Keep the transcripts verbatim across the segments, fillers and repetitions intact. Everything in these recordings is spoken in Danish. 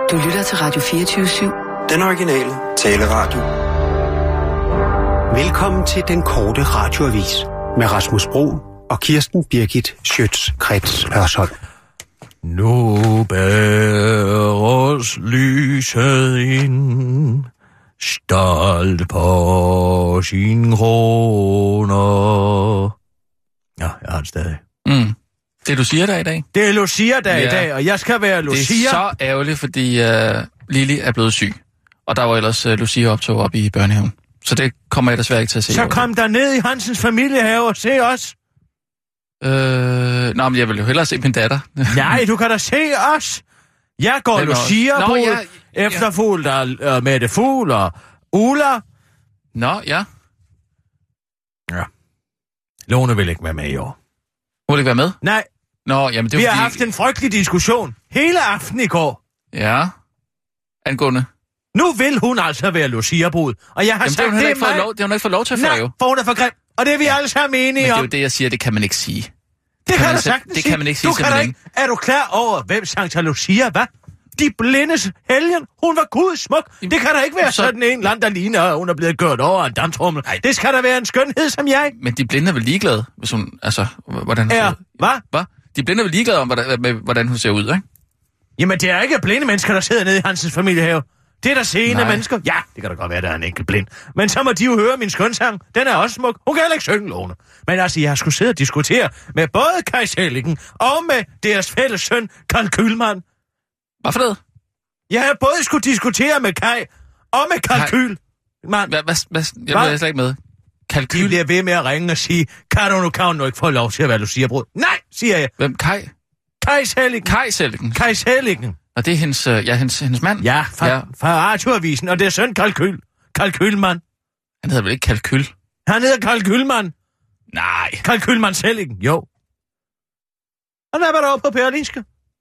Du lytter til Radio fireogtyve syv. Den originale taleradio. Velkommen til den korte radioavis med Rasmus Bro og Kirsten Birgit Schøtz-Krets Hørsholm. Nu bæres lyset ind, stolt på sin kroner. Ja, jeg har den stadig. Mm. Det er Lucia-dag i dag. Det er Lucia-dag ja. i dag, og jeg skal være Lucia. Det er så ærgerligt, fordi uh, Lili er blevet syg. Og der var ellers uh, Lucia-optog op i børnehaven. Så det kommer jeg desværre ikke til at se. Så kom der ned i Hansens familiehave og se os. Øh, nå, men jeg vil jo hellere se min datter. Nej, du kan da se os. Jeg går Lucia-brud, ja, ja. Efterfugl der uh, Mette Fugl og Ulla. Nå, ja. Ja. Lone vil ikke være med i år. Hun vil ikke være med? Nej. Nå, jamen det Vi var har fordi... haft en frygtelig diskussion hele aften i går. Ja. Angående? Nu vil hun altså være Lucia-brud. Og jeg har jamen, sagt, det, det er ikke mig. Lov, det har hun ikke fået lov til for Nej, jo. for hun er for grim. Og det er vi ja. alle sammen enige om. Men det er jo det, jeg siger, det kan man ikke sige. Det kan, kan du sagtens Det kan man ikke sige du simpelthen. Ikke. Er du klar over, hvem Santa Lucia var? De blindes helgen. Hun var gud smuk. Det kan da ikke være så... sådan en land, der ligner, at hun er blevet gjort over en damptrummel. Det skal da være en skønhed som jeg. Men de blinde er vel ligeglade, hvis hun... Altså, hvordan hun ja. ser ud? Hvad? Hvad? De blinde er vel ligeglade om, hvordan, med, hvordan hun ser ud, ikke? Jamen, det er ikke blinde mennesker, der sidder nede i Hansens familiehave. Det er der seende mennesker. Ja, det kan da godt være, der er en enkelt blind. Men så må de jo høre min skønsang. Den er også smuk. Hun kan heller ikke synge, Lone. Men altså, jeg har skulle sidde og diskutere med både Kai Selliken og med deres fælles søn, Karl Kühlmann. Hvad for det? Jeg har både skulle diskutere med Kai og med Karl Kühlmann. Hvad? Hvad? Hvad? Jeg bliver slet ikke med. Kalkyl. De bliver ved med at ringe og sige, kan du nu, kan du ikke få lov til at være Lucia-brud? Nej, siger jeg. Hvem? Kai? Kai Selliken. Kai Selliken. Kai Selliken. Og det er hendes, ja, hendes, hendes mand? Ja, fra, ja. fra Radioavisen, og det er søn Kalkyl. Karl Kühlmann. Han hedder vel ikke Kalkyl? Han hedder Karl Kühlmann. Nej. Karl Kühlmann Selliken, jo. Og hvad var der oppe på Berlinske?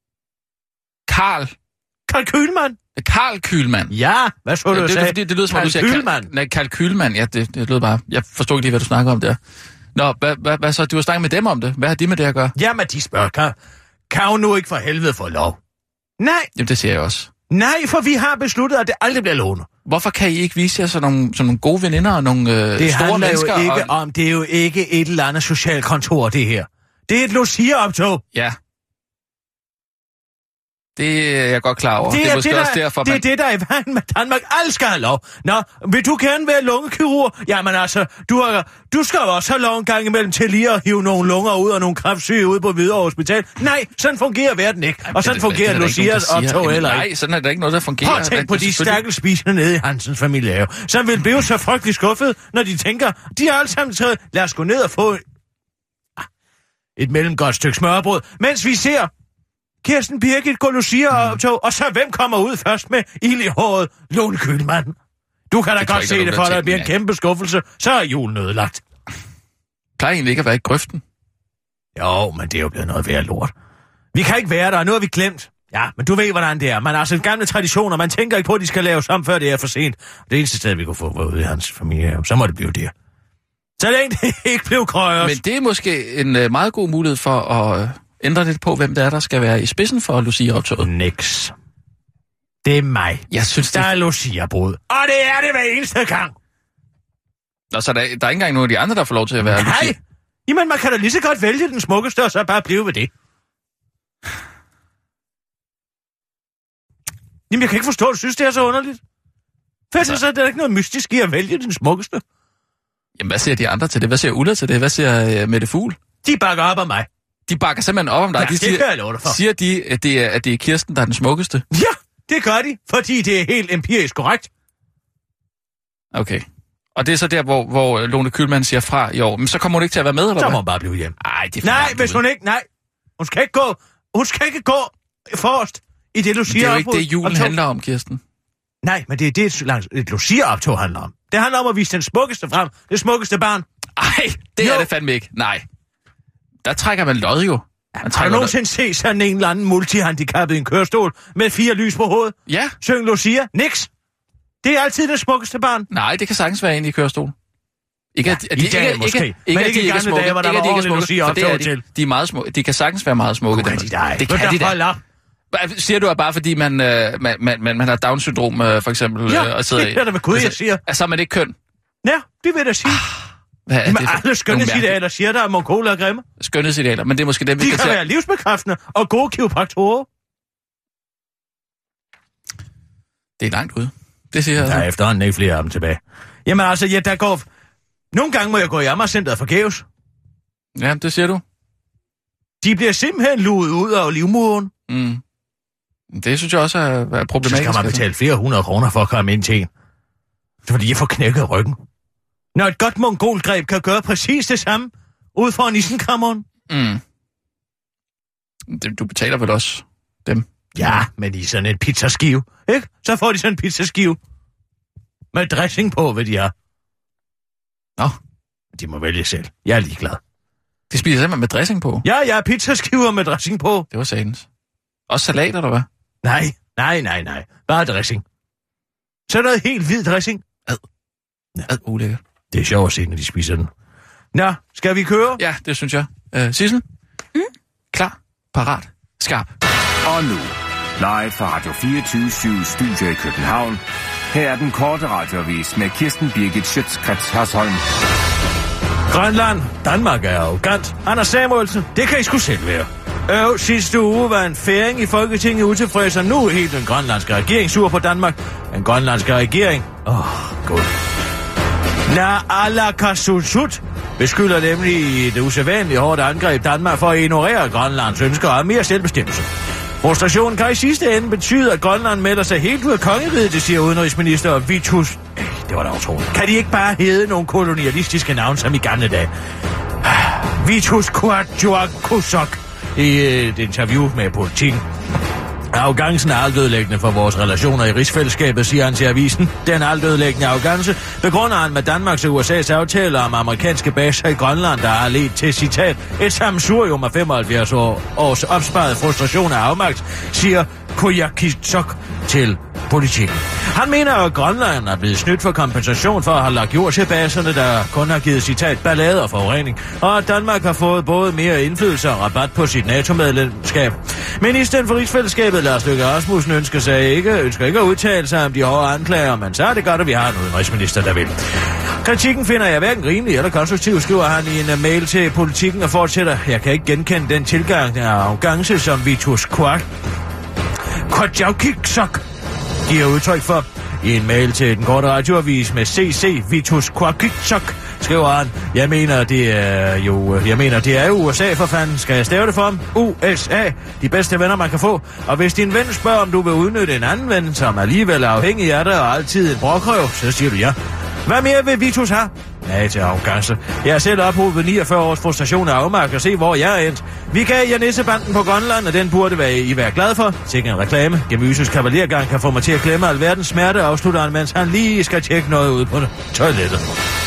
Karl. Karl Kühlmann. Karl Kühlmann. Ja, hvad så du ja, det, sagde? Det, det, det lyder som, Karl du siger... Kühlmann. Nej, Karl Kühlmann, ja, det, det lød bare... Jeg forstod ikke lige, hvad du snakker om der. Nå, hvad, hvad, hvad så? Du har snakket med dem om det. Hvad har de med det at gøre? Jamen, de spørger, kan, kan hun nu ikke for helvede få lov? Nej. Jamen, det siger jeg også. Nej, for vi har besluttet, at det aldrig bliver Lone. Hvorfor kan I ikke vise jer sådan nogle, sådan nogle gode veninder og nogle øh, det store mennesker? Det handler jo ikke og... om, det er jo ikke et eller andet socialkontor, det her. Det er et Lucia-optog. Ja. Det er jeg godt klar over. Det er, det er måske det, der, også derfor, det man... er det, der er i vejen med Danmark. Alle skal have lov. Nå, vil du gerne være lungekirurg? Jamen altså, du, har, du skal jo også have lov en gang imellem til lige at hive nogle lunger ud og nogle kræftsyge ud på Hvidovre Hospital. Nej, sådan fungerer verden ikke. Jamen, og sådan det, fungerer det, det Lucias optog heller ikke. Nej, sådan er der ikke noget, der fungerer. Prøv at tænke på de stakkels spisende nede i Hansens familiehave, som vil blive så frygtelig skuffet, når de tænker, de har alle sammen taget, lad os gå ned og få et mellemgodt stykke smørbrød, mens vi ser Kirsten Birgit går Lucia-optog, mm. og så hvem kommer ud først med ild i håret? Lone Kühlmann. Du kan da godt se det for dig, det bliver en kæmpe skuffelse. Så er julen ødelagt. Plejer egentlig ikke at være i grøften? Jo, men det er jo blevet noget værd lort. Vi kan ikke være der, nu har vi glemt. Ja, men du ved, hvordan det er. Man har altså gamle traditioner, man tænker ikke på, at de skal laves om, før det er for sent. Det eneste sted, vi kunne få ud i hans familie, så må det blive det. Så længe det ikke blev krøjers. Men det er måske en uh, meget god mulighed for at... Uh... ændre lidt på, hvem det er, der skal være i spidsen for Lucia-optoget. Niks. Det er mig. Jeg synes, der det... er Lucia-brud. Og det er det hver eneste gang. Nå, så der, der er ikke engang nogen af de andre, der får lov til at være Nej. Lucia. Jamen, man kan da lige så godt vælge den smukkeste, og så bare blive ved det. Jamen, jeg kan ikke forstå, at du synes, det er så underligt. For jeg synes, at der er ikke noget mystisk i at vælge den smukkeste. Jamen, hvad siger de andre til det? Hvad siger Ulla til det? Hvad siger uh, Mette Fugl? De bakker op om mig. De bakker simpelthen op om dig. Ja, de det siger, kan jeg love dig for. Siger de, at det, er, at det er Kirsten, der er den smukkeste? Ja, det gør de, fordi det er helt empirisk korrekt. Okay. Og det er så der, hvor, hvor Lone Kühlmann siger fra i år. Men så kommer hun ikke til at være med, eller så hvad? må hun bare blive hjem. Ej, det er nej, hvis hun ikke... Nej, hun skal ikke gå... Hun skal ikke gå forrest i det, Lucia-optog. Det er jo ikke det, julen handler om, Kirsten. Nej, men det er det, et Lucia-optog handler om. Det handler om at vise den smukkeste frem. Det smukkeste barn. Ej, det jo. er det fandme ikke. Nej. Der trækker man lod jo. Man har du nogensinde set sådan en eller anden multihandicappet i en kørestol med fire lys på hovedet? Ja. Syng Lucia? Niks. Det er altid det smukkeste barn. Nej, det kan sagtens være en i kørestol. Ikke at, ja, at de, i dag ikke, måske. Ikke, ikke, men ikke i gamle smukke. dage, hvor der ikke, var ordentligt Lucia optog til. De er meget smukke. De kan sagens være meget smukke. Det, de det kan de da. Siger du, at bare fordi man, øh, man, man, man, man har Down-syndrom, øh, for eksempel, ja, øh, og sidder i... Ja, det er da med Gud, jeg siger. Altså, er man ikke køn? Ja, det vil jeg da sige. Hvad er men det for alle skønhedsidealer siger, der er mongoler og grimme. Skønhedsidealer, men det er måske dem, vi De kan, kan se... være livsbekræftende og gode kiropraktorer. Det er langt ude. Det siger jeg. Der er efterhånden ikke flere af dem tilbage. Jamen altså, ja, der går... Nogle gange må jeg gå i Amagercenteret forgæves. Ja, det siger du. De bliver simpelthen luet ud af livmoderen. Mm. Det synes jeg også er, er problematisk. Så skal man betale flere hundrede kroner for at komme ind til en. Fordi jeg får knækket ryggen. Når et godt mongolgreb kan gøre præcis det samme ud foran isenkammeren. Mm. Du betaler vel også dem? Ja, men i sådan en pizzaskive, ikke? Så får de sådan en pizzaskive. Med dressing på, hvad de har. Nå. De må vælge selv. Jeg er ligeglad. De spiser simpelthen med dressing på? Ja, jeg har pizzaskiver med dressing på. Det var satans. Også salat, eller hvad? Nej, nej, nej, nej. Bare dressing. Så er der helt hvid dressing. Ad. Ja. Ad, ulækkert. Det er sjovt at se, når de spiser den. Nå, skal vi køre? Ja, det synes jeg. Uh, Sissel? Mm? Klar, parat, skarp. Og nu, live fra Radio fireogtyve syv Studio i København. Her er den korte radioavis med Kirsten Birgit Schøtz-Krets Hørsholm. Grønland, Danmark er arrogant. Anders Samuelsen, det kan I sgu selv være. Øh, sidste uge var en færing i Folketinget utilfreds, og nu er helt den grønlandske regering sur på Danmark. Den grønlandske regering? Åh, oh, god. Naalakkersuisut beskylder nemlig i det usædvanlige hårdt angreb Danmark for at ignorere Grønlands ønsker om mere selvbestemmelse. Frustrationen kan i sidste ende betyde, at Grønland melder sig helt ud af kongeriget, det siger udenrigsminister Vitus. Ej, det var da utroligt. Kan de ikke bare hedde nogle kolonialistiske navne som i gamle dage? Vitus Kuatjuakusok i et interview med Politiken. Arrogancen er altødelæggende for vores relationer i rigsfællesskabet, siger han til avisen. Den altødelæggende arrogance begrunder han med Danmarks og U S A's aftaler om amerikanske baser i Grønland, der har ledt til, citat, et sammensurium af femoghalvfjerds år, års opsparet frustration af afmagt, siger Kujakitsok til Politiken. Han mener, at Grønland er blevet snydt for kompensation for at have lagt jord til baserne, der kun har givet, citat, ballade og forurening, og at Danmark har fået både mere indflydelse og rabat på sit NATO-medlemskab. Ministeren for rigsfællesskabet, Lars Løkke Rasmussen, ønsker, sig ikke, ønsker ikke at udtale sig om de hårde anklager, men så er det godt, at vi har en udenrigsminister, der vil. Kritikken finder jeg hverken rimelig eller konstruktiv, skriver han i en mail til Politiken og fortsætter. Jeg kan ikke genkende den tilgang af arrogance, som Vitus Kuat Kuatjuakusok giver udtryk for. I en mail til den korte radioavis med C C Vitus Kuatjuakusok skriver han, jeg mener, det er jo, jeg mener, det er U S A for fanden. Skal jeg stave det for ham? U S A. De bedste venner, man kan få. Og hvis din ven spørger, om du vil udnytte en anden ven, som alligevel er afhængig af dig og altid en brokrøv, så siger du ja. Hvad mere vil Vitus have? Nej, til arrogance. Jeg er selv ophobet niogfyrre års frustration af afmagt og se, hvor jeg er endt. Vi gav jer nissebanden på Grønland, og den burde være, I være glad for. Sikke en reklame. Gemyses kavalergang kan få mig til at glemme alverdens smerte, afslutter han, mens han lige skal tjekke noget ud på det. Toilettet.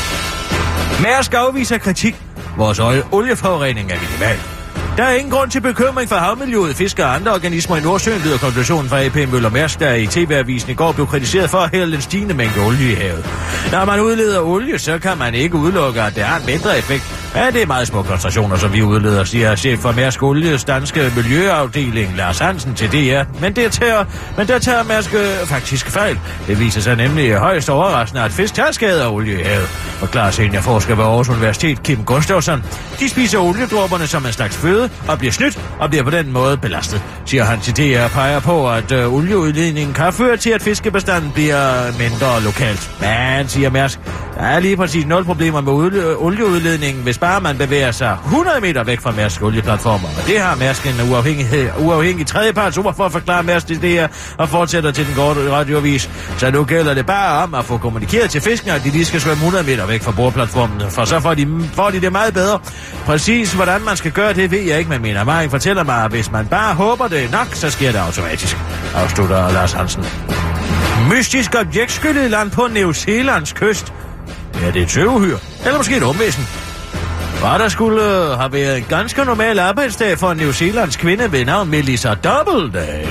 Mærsk afviser kritik. Vores olieforurening er minimal. Der er ingen grund til bekymring for havmiljøet, fisk og andre organismer i Nordsøen, lyder konklusionen fra A P Møller Mærsk, der i T V-avisen i går blev kritiseret for at hælde en stigende mængde olie i havet. Når man udleder olie, så kan man ikke udelukke, at det har en mindre effekt. Ja, det er meget små koncentrationer, som vi udleder, siger chef for Mærsk Olies danske miljøafdeling Lars Hansen til D R. Men, det tager, men der tager Mærsk faktisk fejl. Det viser sig nemlig højst overraskende, at fisk tager skade af olie i havet. Forklarer seniorforsker ved Aarhus Universitet Kim Gustafsson. De spiser oliedråberne som en slags føde og bliver snydt og bliver på den måde belastet, siger han til D R, peger på, at øh, olieudledningen kan føre til, at fiskebestanden bliver mindre lokalt. Men, siger Mærsk, der er lige præcis nul problemer med olie- olieudledningen, hvis bare man bevæger sig hundrede meter væk fra Mærsk olieplatformer. Og det har Mærsk en uafhængig, uafhængig tredjeparts ord for at forklare Mærsk til D R og fortsætter til den korte radioavis. Så nu gælder det bare om at få kommunikeret til fiskene, at de lige skal svømme hundrede meter væk fra bordplatformen, for så får de, får de det meget bedre. Præcis hvordan man skal gøre det, ved jeg ikke, men min erfaring fortæller mig, at hvis man bare håber det nok, så sker det automatisk, afslutter Lars Hansen. Mystisk objekt skyllet i land på New Zealands kyst. Ja, det er et tøveuhyr, eller måske et omvæsen. Hvad der skulle have været en ganske normal arbejdsdag for en New Zealands kvinde ved navn Melissa Doubleday.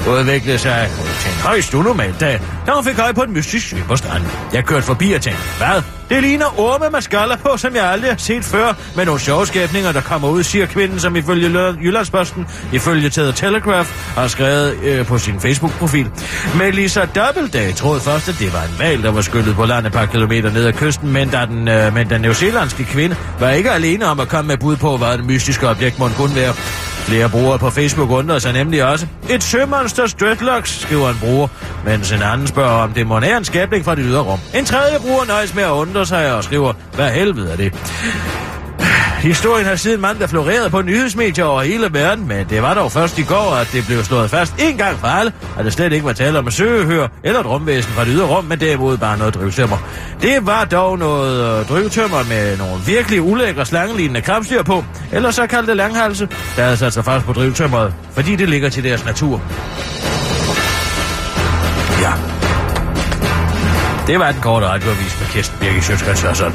udviklede sig til en højst unormal dag, da hun fik øje på et mystisk syn på stranden. Jeg kørte forbi og tænkte, hvad? Det ligner orme med skaller på, som jeg aldrig har set før, med nogle sjove skæbninger, der kommer ud, siger kvinden, som ifølge Jyllandsposten, ifølge The Telegraph, har skrevet øh, på sin Facebook-profil. Melissa Doubleday troede først, at det var en hval, der var skyllet på land et par kilometer ned ad kysten, men da den, øh, men den newzealandske kvinde var ikke alene om at komme med bud på, hvad det mystiske objekt måtte kunne være. Flere brugere på Facebook undrer sig nemlig også. Et sømonsters dreadlocks, skriver en bruger, mens en anden spørger, om det må være en skabning fra det ydre rum. En tredje bruger nøjes med at undre sig og skriver, hvad helvede er det? Historien har siden mandag floreret på nyhedsmedier over hele verden, men det var dog først i går, at det blev slået fast en gang for alle, at det slet ikke var tale om et søgehør eller et rumvæsen fra det ydre rum, men derimod bare noget drivtømmer. Det var dog noget drivtømmer med nogle virkelig ulækre slangelignende krabstyr på, eller så kaldte langhalse, der havde sat sig fast på drivtømmeret, fordi det ligger til deres natur. Ja. Det var den korte radioavis med Kirsten Birgit Schøtz-Krets Hørsholm.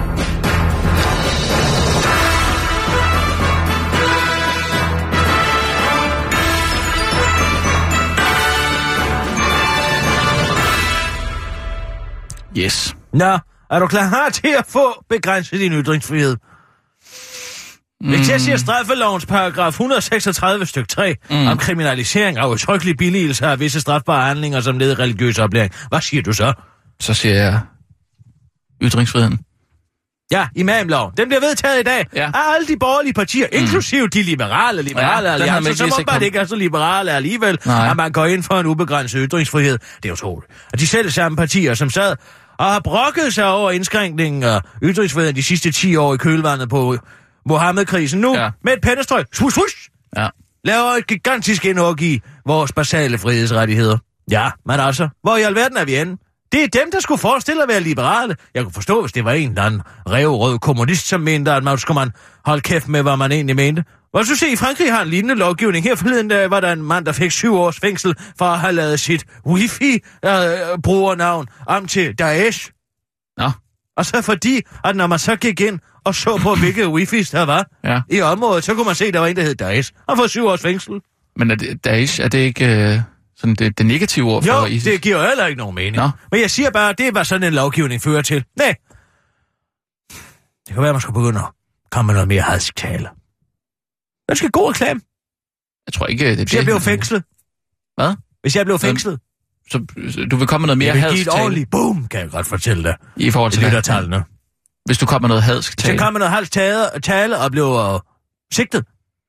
Yes. Nå, er du klar til at få begrænset din ytringsfrihed? Mm. Hvis jeg siger straffelovens paragraf et hundrede og seksogtredive stykke tre mm. om kriminalisering af udtrykkelig billigelse af visse strafbare handlinger som led i religiøs oplæring, hvad siger du så? Så siger jeg ytringsfriheden. Ja, imamlov. Den bliver vedtaget i dag ja. af alle de borgerlige partier, mm. inklusive de liberale, liberale ja, alliancer, som om bare ikke er så liberale alligevel, Nej. at man går ind for en ubegrænset ytringsfrihed. Det er utroligt. Og de selv samme partier, som sad og har brokket sig over indskrænkningen af ytringsfriheden de sidste ti år i kølvandet på Mohammed-krisen, nu ja. med et pennestrøg, svush, svush, ja. laver et gigantisk indhug i vores basale frihedsrettigheder. Ja, men altså, hvor i alverden er vi henne? Det er dem, der skulle forestille at være liberale. Jeg kunne forstå, hvis det var en eller anden revrød kommunist, som mente, at man skulle man holde kæft med, hvad man egentlig mente. Og så se, i Frankrig har en lignende lovgivning. Her forleden der var der en mand, der fik syv års fængsel for at have lavet sit wifi-brugernavn øh, om til Daesh. Ja. Og så fordi, at når man så gik ind og så på, hvilke wifis der var ja. i området, så kunne man se, at der var en, der hed Daesh. Han får syv års fængsel. Men er det, Daesh, er det ikke... Øh... Sådan det, det negative ord for jo, ISIS. Det giver heller ikke nogen mening. Nå. Men jeg siger bare, det var sådan en lovgivning fører til. Nej. Det kan være, man skulle begynde at komme med noget mere hadsk tale. Der skal god reklame. Jeg tror ikke, det er det. Hvis jeg blev fængslet. Hvad? Hvis jeg blev fængslet. Så, så du vil komme med noget mere hadsk tale? Jeg vil give et ordentligt boom, kan jeg godt fortælle dig. I forhold til lyttertallene. Hvis du kommer med noget hadsk tale? Hvis jeg kommer med noget hadsk tale, tale og bliver uh, sigtet.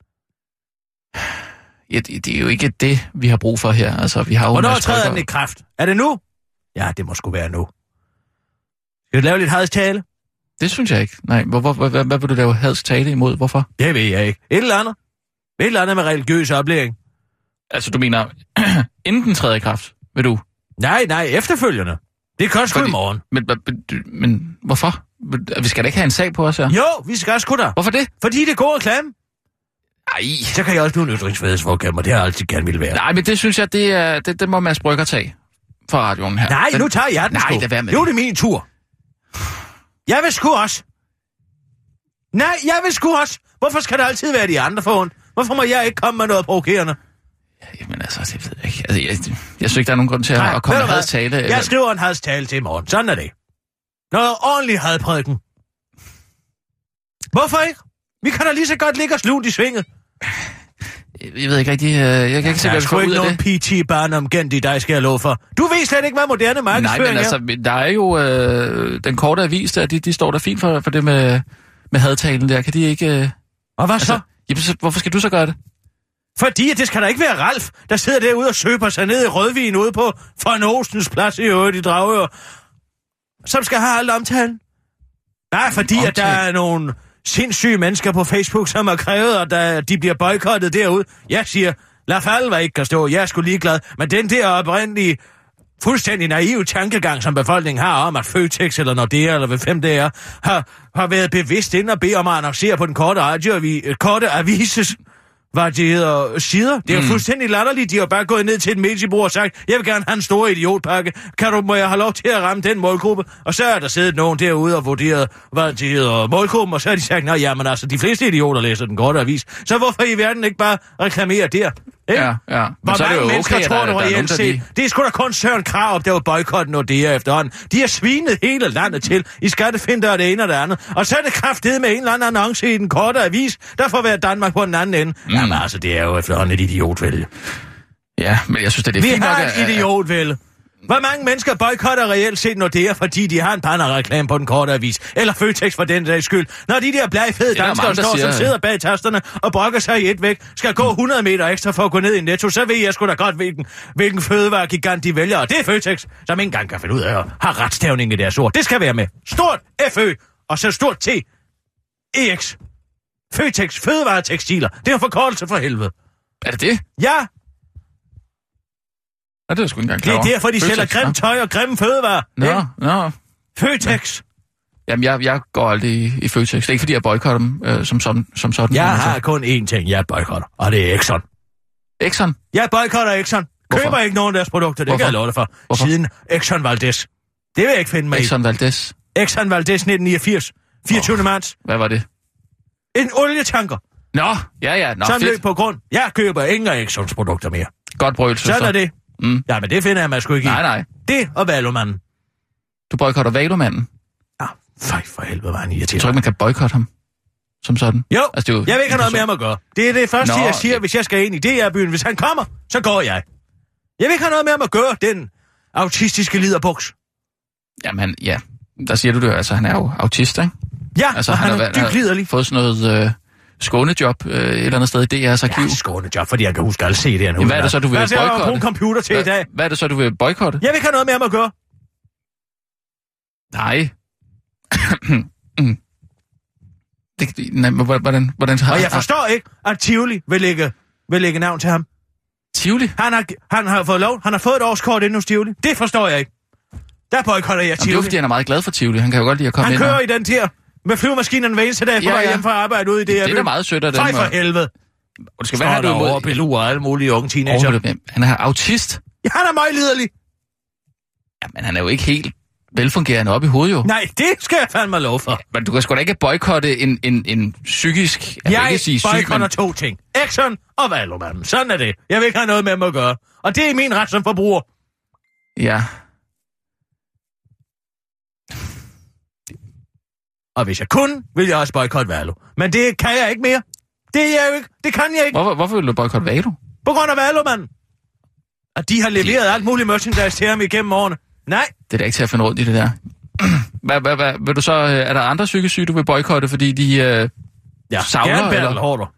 Ja, det, det er jo ikke det, vi har brug for her. Altså, vi har jo Hvornår træder den i kraft? Er det nu? Ja, det må sgu være nu. Skal du lave lidt hadsk tale? Det synes jeg ikke. Nej, hvor, hvor, hvad, hvad vil du lave hadsk tale imod? Hvorfor? Det ved jeg ikke. Et eller andet. Et eller andet med religiøs oplæring. Altså, du mener, inden den træder i kraft, vil du? Nej, nej, efterfølgende. Det kan sgu i morgen. Men, men, men hvorfor? Vi skal da ikke have en sag på os her? Jo, vi skal sgu da. Hvorfor det? Fordi det er god reklame. Ej. Så kan jeg også blive en ytringsfrihedsforkæmper, og det har jeg altid gerne ville være. Nej, men det synes jeg, det, er, det, det må Mads Brygger tage fra radioen her. Nej, den... nu tager jeg den Nej, sgu. det er med. Jo, det er min tur. Jeg vil sgu også. Nej, jeg vil sgu også. Hvorfor skal det altid være de andre for ondt? Hvorfor må jeg ikke komme med noget provokerende? Jamen altså, det ved jeg ikke. Altså, jeg, jeg, jeg synes ikke, der er nogen grund til Nej, at komme med hadstale. Jeg eller... skriver en hadstale til i morgen. Sådan er det. Noget ordentligt hadprædiken. Hvorfor ikke? Vi kan da lige så godt ligge og sluge i svinget. Jeg ved ikke rigtig, jeg kan ikke se, hvad vi får ud af det. Der er sgu ikke nogen P T-barneomgent i dig, skal jeg love for. Du ved slet ikke, hvad moderne markedsføring er. Nej, men altså, der er jo øh, den korte avis der, de, de står der fint for, for det med, med hadtalen der. Kan de ikke... Øh... Og hvad så? Altså, jamen, så? Hvorfor skal du så gøre det? Fordi det skal da ikke være Ralf, der sidder derude og søber sig ned i rødvin ude på von Ostens plads i øvrigt i Dragør, som skal have alt omtalen. Nej, fordi Omtale. at der er nogle sindssyge mennesker på Facebook, som har krævet, at der, de bliver boykottet derude. Jeg siger, lad falde, hvad ikke kan stå. Jeg er sgu ligeglad. Men den der oprindelige, fuldstændig naive tankegang, som befolkningen har om, at Føtex eller Nordea, eller hvad fem det er, har, har været bevidst inden at bede om at annoncere på den korte, radio, korte avises hvad de hedder, sider. Det er jo Mm. fuldstændig latterligt. De har bare gået ned til et mediebrug og sagt, jeg vil gerne have en stor idiotpakke. Kan du, må jeg have lov til at ramme den målgruppe? Og så er der siddet nogen derude og vurderet, hvad de hedder målgruppen, og så har de sagt, nej, jamen altså, de fleste idioter læser den korte avis. Så hvorfor i verden ikke bare reklamere der? Ikke? Ja, ja. Men Hvor så er det mange jo mennesker okay, tror at du der, der er nogen, reelt der set? lige... Det er sgu da kun Søren Krarup, der var boykotten Nordea efterhånden. De har svinet hele landet til i skattefinder og det ene og det andet. Og så er det kraftedeme med en eller anden annonce i den korte avis, der får været Danmark på den anden ende. Mm. Jamen altså, det er jo efterhånden et idiotvælge. Ja, men jeg synes, det er Vi fint nok, har at... et idiotvælge. Hvor mange mennesker boykotter reelt set Nordea, fordi de har en bannerreklame på den korte avis? Eller Føtex for den dags skyld. Når de der blegfede der danskere mange, der står, siger, som sidder bag tasterne og brokker sig i et væk, skal gå hundrede meter ekstra for at gå ned i Netto, så ved jeg sgu da godt, hvilken, hvilken fødevaregigant de vælger. Og det er Føtex, som ikke engang kan finde ud af at have retstavning i deres ord. Det skal være med. Stort F Ø og så stort T E X. Føtex Fødevaretekstiler. Det er en forkortelse for helvede. Er det det? Ja, Ja, det er sgu ikke engang det klar er over. derfor, de Føtex, sælger grimt tøj og grimme fødevarer. Nå, ikke? nå. Føtex. Jamen, jeg, jeg går aldrig i, i Føtex. Det er ikke, fordi jeg boykotter dem øh, som, som, som sådan. Jeg men har altså- kun én ting, jeg boykotter, og det er Exxon. Exxon? Jeg boykotter Exxon. Køber Hvorfor? ikke nogen af deres produkter, det Hvorfor? kan jeg love dig for. Hvorfor? Siden Exxon Valdez. Det vil jeg ikke finde mig Exxon Valdez. i. Exxon Valdez nitten niogfirs. fireogtyvende marts. Hvad var det? En olietanker, Nå, ja, ja. Nå, som fedt. løb på grund. Jeg køber ingen af Exxons produkter mere. Godt brøl, søster. Sådan er det. Mm. Ja, men det finder jeg mig sgu ikke i. Nej, nej. Det og valumanden. Du boykotter Valomanden. Ah, fej for helvede, var han Jeg tror irriterende. ikke, man kan boykotte ham. Som sådan. Jo, Altså, det er jo jeg vil ikke have noget med ham at gøre. Det er det første, Nå, jeg siger, ja. hvis jeg skal ind i D R-byen. Hvis han kommer, så går jeg. Jeg vil ikke have noget med ham at gøre, den autistiske liderbuks. Jamen, ja. Der siger du det, altså han er jo autist, ikke? Ja, altså, og han, han er dybt liderlig. fået sådan noget øh, skånejob øh, et eller andet sted i D R's arkiv. Ja, skåne job, fordi jeg kan huske alle C D'erne. Jamen, hvad er det så, du vil Hvad skal jeg bruge boykotte? en computer til i dag? Hvad er det så, du vil boykotte? Jeg vil ikke have noget med ham at gøre. Nej. Mm. det, det- nej, men hvordan, hvordan har Og jeg forstår ikke, at Tivoli vil lægge, vil lægge navn til ham. Tivoli? Han har, han har fået lov. Han har fået et årskort inde hos Tivoli. Det forstår jeg ikke. Der boykotter jeg Jamen, det er jo, Tivoli. fordi han er meget glad for Tivoli. Han kan jo godt lide at komme Han ind. kører og... i den der med flyvemaskinerne hver eneste dag på Ja, vej ja. hjem fra arbejde ude i det her. Det er da meget sødt af dem. Fej for og- helvede. Og det skal være, han er over imod... Belur og alle mulige unge teenager. Over det, han er autist. Ja, han er meget liderlig. Jamen, han er jo ikke helt velfungerende op i hovedet, jo. Nej, det skal jeg fandme lov for. Men du kan sgu da ikke boykotte en, en, en psykisk... Jeg, vil Jeg ikke sige syg, boykotter men... to ting. Exxon og Valomanden. Sådan er det. Jeg vil ikke have noget med dem at gøre. Og det er min ret som forbruger. Ja. Og hvis jeg kunne, vil jeg også boykotte Valo. Men det kan jeg ikke mere. Det er jeg jo ikke. Det kan jeg ikke. Hvorfor, hvorfor vil du boykotte Valo? På grund af Valomanden. Og de har leveret alt muligt merchandise til ham igennem årene. Nej. Det er da ikke til at finde rundt i det der. Hvad, hvad, hvad, vil du så... øh, Er der andre psykisk syge, du vil boykotte, fordi de øh, Ja, savler, gerne eller? Bertel Hårder.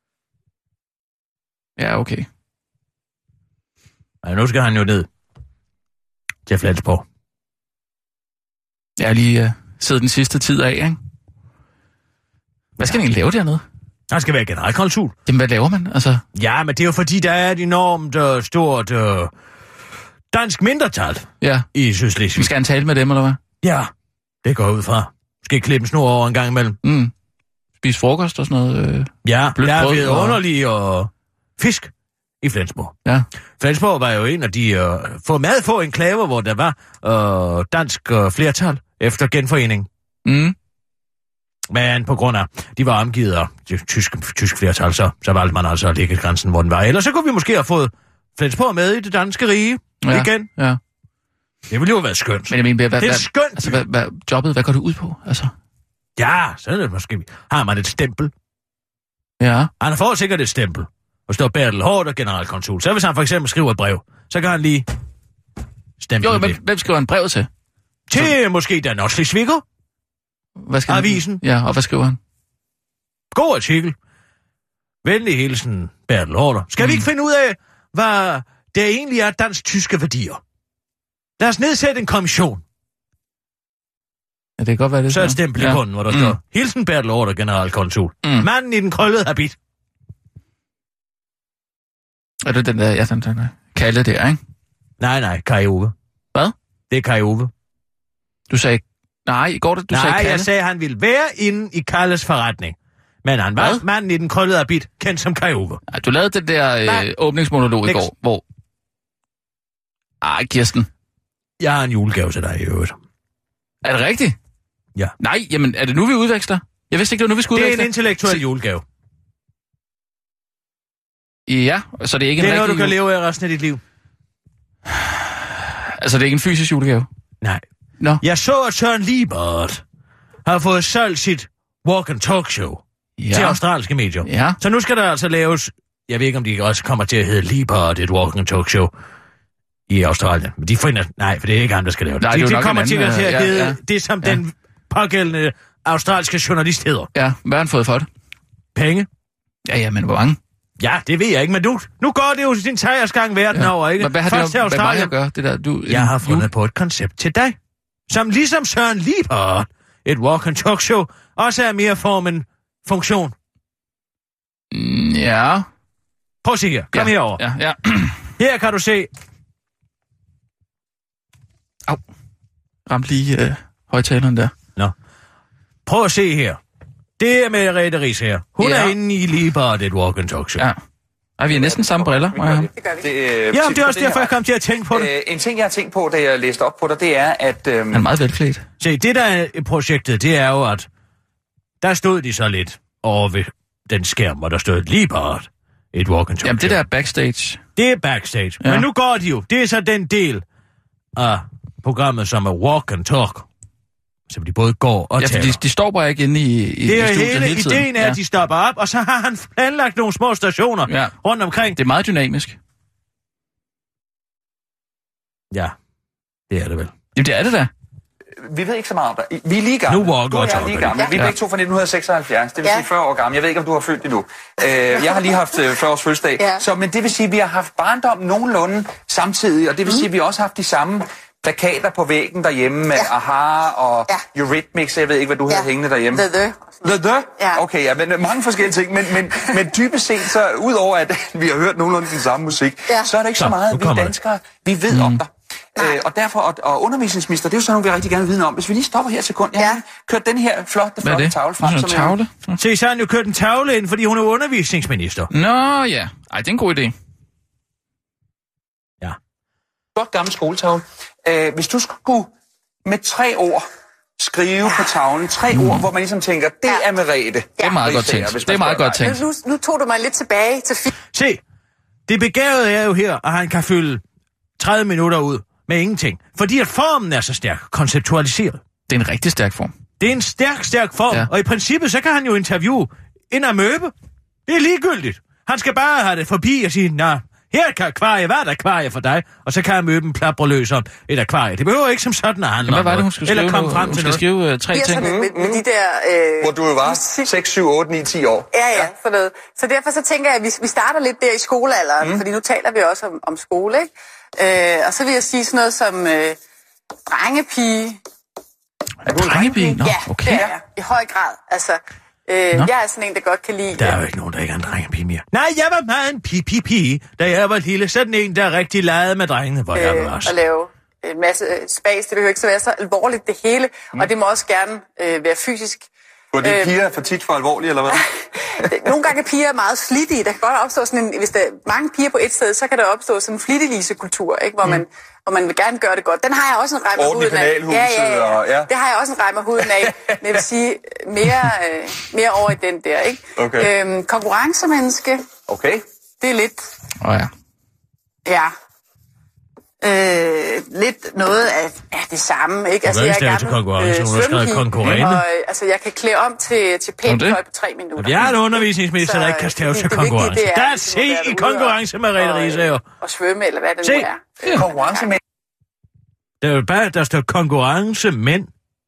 Ja, okay. Men nu skal han jo ned til Flensborg. Jeg har lige øh, siddet den sidste tid af, ikke? Hvad skal ja. man egentlig lave dernede? Han skal være generalkonsul. Jamen, hvad laver man? Altså, Ja, men det er jo fordi, der er et enormt uh, stort uh, dansk mindretal ja. i Sydslesvig. Skal han tale med dem, eller hvad? Ja, det går jeg ud fra. Skal klippe en snor over en gang imellem. Mm. Spise frokost og sådan noget. Øh. Ja, Blødt der er brød ved og- underlig og fisk i Flensborg. Ja. Flensborg var jo en af de uh, få meget få enklaver, hvor der var uh, dansk uh, flertal efter genforening. Mm. Men på grund af, de var omgivet af det tysk, tysk flertal, så, så valgte man altså at lægge grænsen, hvor den var. Ellers så kunne vi måske have fået Flensborg med i det danske rige Ja. igen. Ja. Det ville jo være skønt. Men jeg mener, hvad, hvad, Det er hvad, skønt. altså, hvad, hvad, jobbet, hvad går det ud på? Altså, Ja, så er det måske. Har man et stempel? ja. Han får sikkert et stempel. Og står Bertel Hårder, generalkonsul. Så hvis han for eksempel skriver et brev, så kan han lige stemple Jo, det. hvem, hvem skriver en brev til? Til så... måske Dan Osli-Svikker. Hvad skal Avisen. Han? Ja, og hvad skriver han? God artikel. Venlig hilsen, Bertel Hårder. Skal mm. vi ikke finde ud af, hvad det egentlig er dansk-tyske værdier? Lad os nedsætte en kommission. Ja, det kan godt være, det Så er et stempel i bunden, hvor der mm. står, hilsen Bertel Hårder, generalkonsul. Mm. Manden i den krøllede habit. Er det den der, ja, den, den der kalde der, ikke? Nej, nej, Kai Ove. Hvad? Det er Kai Ove. Du sagde, nej, i går det, du nej, sagde Kalle. jeg sagde, at han ville være inde i Kalles forretning. Men han var Hvad? manden i den krøllede habit, kendt som Kai Uwe. Ja, du lavede den der øh, åbningsmonolog i Next. går, hvor... Ej, Kirsten. Jeg har en julegave til dig i øvrigt. Er det rigtigt? Ja. Nej, jamen, er det nu, vi udveksler? Jeg vidste ikke, det var nu, vi skulle Det er udveksle. en intellektuel julegave. Ja, så det er ikke Det en er noget, rigtig... du kan leve af resten af dit liv. Altså, det er ikke en fysisk julegave? Nej. Nå. Jeg så, at Søren Liebert har fået solgt sit walk and talk show Ja. til australske medier. Ja. Så nu skal der altså laves, jeg ved ikke, om de også kommer til at hedde Liebert, et walk and talk show i Australien. Men de finder, nej, for det er ikke ham, der skal lave det. Nej, de, det er jo de nok kommer en til anden, at til at ja, hedde ja. det, som Ja. den pågældende australske journalist hedder. Ja, hvad har han fået for det? Penge? Ja, ja, men hvor mange? Ja, det ved jeg ikke, men nu, nu går det jo sin tagersgang verden Ja. over, ikke? Men hvad har Først til det med mig Australien. at gøre, det der? Du, Jeg har fundet jule- på et koncept til dig, som ligesom Søren Liebert, et walk and talk show, også er mere form en funktion. Mm, Ja. Prøv at se her. Kom ja. herover. Ja, ja. Her kan du se. Au. Ramt lige øh, højtaleren der. Nå. Prøv at se her. Det er Merete Riis her. Hun Ja. er inde i Liebert, et walk and talk show. Ja. Ej, vi er næsten samme briller. Ja. Det gør vi. Det, øh, Ja, til- det er også den derfor, her- jeg kom til at tænke på det. Øh, en ting, jeg har tænkt på, da jeg læste op på dig, det er, at... Øh, Han er meget velklædt. Se, det der er i projektet, det er jo, at der stod de så lidt over ved den skærm, hvor der stod Liebert, et walk and talk Jamen, det show. der er backstage. Det er backstage. Ja. Ja. Men nu går de jo. Det er så den del af programmet, som er walk and talk. Så de både går og Ja, for taler. de, de står bare ikke inde i, i, Det i er studiet hele, hele tiden. ideen er, ja. at de stopper op, og så har han planlagt nogle små stationer Ja. rundt omkring. Det er meget dynamisk. Ja, det er det vel. Jamen, det er det da. vi ved ikke så meget om dig. Vi er lige gamle. Nu walker Du og jeg er og lige talker. gamle. Vi er Ja. begge to fra nitten seksoghalvfjerds. Det vil Ja. sige fyrre år gamle. Jeg ved ikke, om du har født endnu. Øh, jeg har lige haft øh, fyrre års fødselsdag. Ja. Så, men det vil sige, at vi har haft barndom nogenlunde samtidig. Og det vil sige, at vi også har haft de samme plakater på væggen derhjemme med Ja. Aha og Ja. Eurythmics. Jeg ved ikke, hvad du havde hængende derhjemme. The The. The The? Ja. Okay, ja, men øh, mange forskellige ting. Men, men, men dybest set, så udover at vi har hørt nogenlunde den samme musik, Ja. så er det ikke så, Så, meget, nu vi kommer det. danskere, vi ved mm. om dig. Øh, og derfor, og, og undervisningsminister, det er jo sådan noget, vi rigtig gerne vil vide om. Hvis vi lige stopper her et sekund. Jeg Ja. har kørt den her flotte, Hvad er flotte det? tavle frem. Sådan en som jeg- tavle? Se, så har han jo kørt en tavle ind, fordi hun er undervisningsminister. Nå, ja. Ej, det er en god idé. Ja. Flot gammel skoletavle. Øh, hvis du skulle med tre ord skrive på tavlen, tre Mm. ord, hvor man ligesom tænker, det er Merete. Det er meget godt tænkt. Det er meget godt tænkt. Nu, nu tog du mig lidt tilbage til fi- Se, det begavede er jo her, at han kan fylde tredive minutter ud med ingenting. Fordi at formen er så stærk, konceptualiseret. Det er en rigtig stærk form. Det er en stærk, stærk form, Ja. ja. og i princippet, så kan han jo interviewe en amøbe. Det er ligegyldigt. Han skal bare have det forbi og sige, nej, her kan akvarie, hvad er der akvarie for dig? Og så kan amøben plapre løs om et akvarie. Det behøver ikke som sådan at handle Jamen, hvad om var det, hun noget. skulle skrive? Eller komme nu? frem Hun til skal noget. skrive uh, tre ting. firserne med, med de der... Øh, Hvor du jo var musik- seks, syv, otte, ni, ti år. Ja, ja, sådan noget. Så derfor så tænker jeg, at vi, vi starter lidt der i skolealderen, mm. fordi nu taler vi også om, om skole, ikke? Øh, og så vil jeg sige sådan noget som øh, drengepige. Er du drengepige? Nå, Ja, okay. det er jeg. I høj grad. Altså, øh, jeg er sådan en, der godt kan lide... Der er jo ikke nogen, der ikke er en drengepige mere. Nej, jeg var meget en pige-pige, da jeg var lille. Sådan en, der rigtig legede med drengene, hvor jeg var øh, også. at lave en masse øh, spas. Det behøver ikke så være så alvorligt, det hele. Mm. Og det må også gerne øh, være fysisk. Hvor de Øh, piger er for tit for alvorlige, eller hvad? Nogle gange er piger meget flittige. Der kan godt opstå sådan en... Hvis der er mange piger på et sted, så kan der opstå sådan en flittiglisekultur, ikke? Hvor, mm. man, hvor man vil gerne gøre det godt. Den har jeg også en rem af Orden i huden af. penalhuset, Ja, ja, ja. og- ja. Det har jeg også en rem af huden af. Men jeg vil sige, mere, øh, mere over i den der, ikke? Okay. Øhm, konkurrencemenneske, Okay. det er lidt... Åh oh, ja. Ja. Øh, lidt noget af, af det samme, ikke? kan ikke stave til konkurrence, hun har skrevet svømmepige, konkurrente. Og, øh, altså, jeg kan klæde om til, til pænt Nå, det. tøj på tre minutter. Jeg er en undervisningsminister, Så, der ikke kan stave det- til det vigtige, konkurrence. det er Der er ligesom at se være i derude konkurrence med Rete og, øh, Riisager. Og svømme, eller hvad det Se. nu er. Konkurrence med Der er jo bare, der står konkurrence mænd.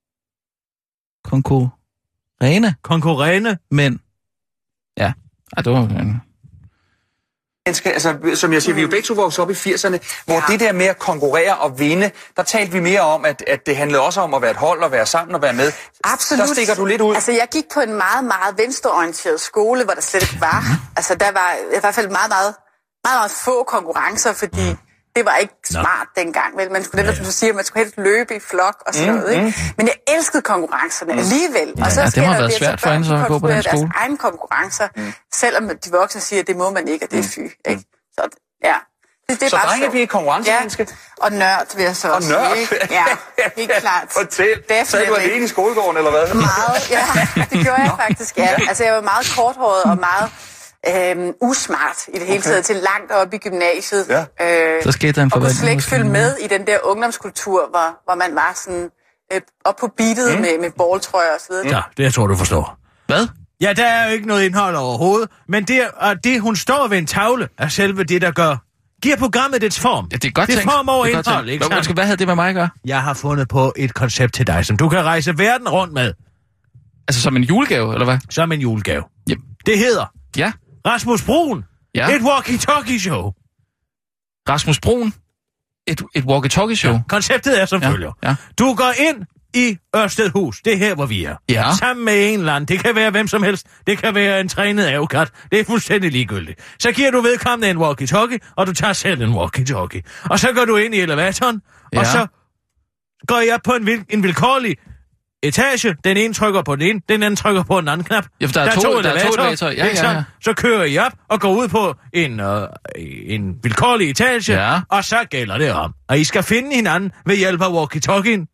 Konkurrene Konkurrene. mænd. Ja. Ej, det var en... mennesker, altså, som jeg siger, vi er jo begge to vokset op i firserne, hvor ja. det der med at konkurrere og vinde, der talte vi mere om, at, at det handlede også om at være et hold og være sammen og være med. Absolut. Der stikker du lidt ud. Altså, jeg gik på en meget, meget venstreorienteret skole, hvor der slet ikke var. Altså, der var i hvert fald meget, meget, meget, meget få konkurrencer, fordi Det var ikke smart Nå. dengang, vel? Man skulle netop, ja, ja. som du siger, man skulle helst løbe i flok og sådan mm, noget, ikke? Mm. Men jeg elskede konkurrencerne mm. alligevel. Ja, og så ja, det må have været det, svært for hende så at gå på den skole. Deres egne konkurrencer, mm. selvom de voksne siger, at det må man ikke, og det er fy, ikke? Så, ja. Det, det er så bare drenge bliver konkurrencemenneske? Ja, og nørd vil jeg så også sige, ikke? Ja, helt klart. Fortæl. Sagde du alene i skolegården, eller hvad? Meget, ja. Det gjorde jeg faktisk, ja. Altså, jeg var meget korthåret og meget øhm, usmart i det hele okay. taget, til langt op i gymnasiet. Ja. Øh, så skete der en og kunne slet ikke følge med i den der ungdomskultur, hvor, hvor man var sådan øh, op på beatet mm. med, med balltrøjer og så videre. Ja, det jeg tror du forstår. Hvad? Ja, der er jo ikke noget indhold overhovedet, men det, det hun står ved en tavle, er selve det, der gør giver programmet dets form. Ja, det er godt det tænkt. Form over det er indhold, ikke sandt? Hvad, hvad havde det med mig at gøre? Jeg har fundet på et koncept til dig, som du kan rejse verden rundt med. Altså som en julegave, eller hvad? Som en julegave. Yep. Det hedder... Ja. Rasmus Broen. Ja. Et walkie-talkie show. Rasmus Broen. Et, et walkie-talkie show. Ja. Konceptet er som ja. følger. Ja. Du går ind i Ørstedhus. Det er her, hvor vi er. Ja. Sammen med en eller anden. Det kan være hvem som helst. Det kan være en trænet avokat. Det er fuldstændig ligegyldigt. Så giver du vedkommende en walkie-talkie, og du tager selv en walkie-talkie. Og så går du ind i elevatoren, ja. og så går jeg på en, vil- en vilkårlig etage. Den ene trykker på den ene, den anden trykker på den anden knap. Ja, der er, der er to, to elevatorer. Der er to elevatorer. Ja, ja, ja. Så kører I op og går ud på en, øh, en vilkårlig etage, ja. og så gælder det om. Og I skal finde hinanden ved hjælp af walkie-talkien.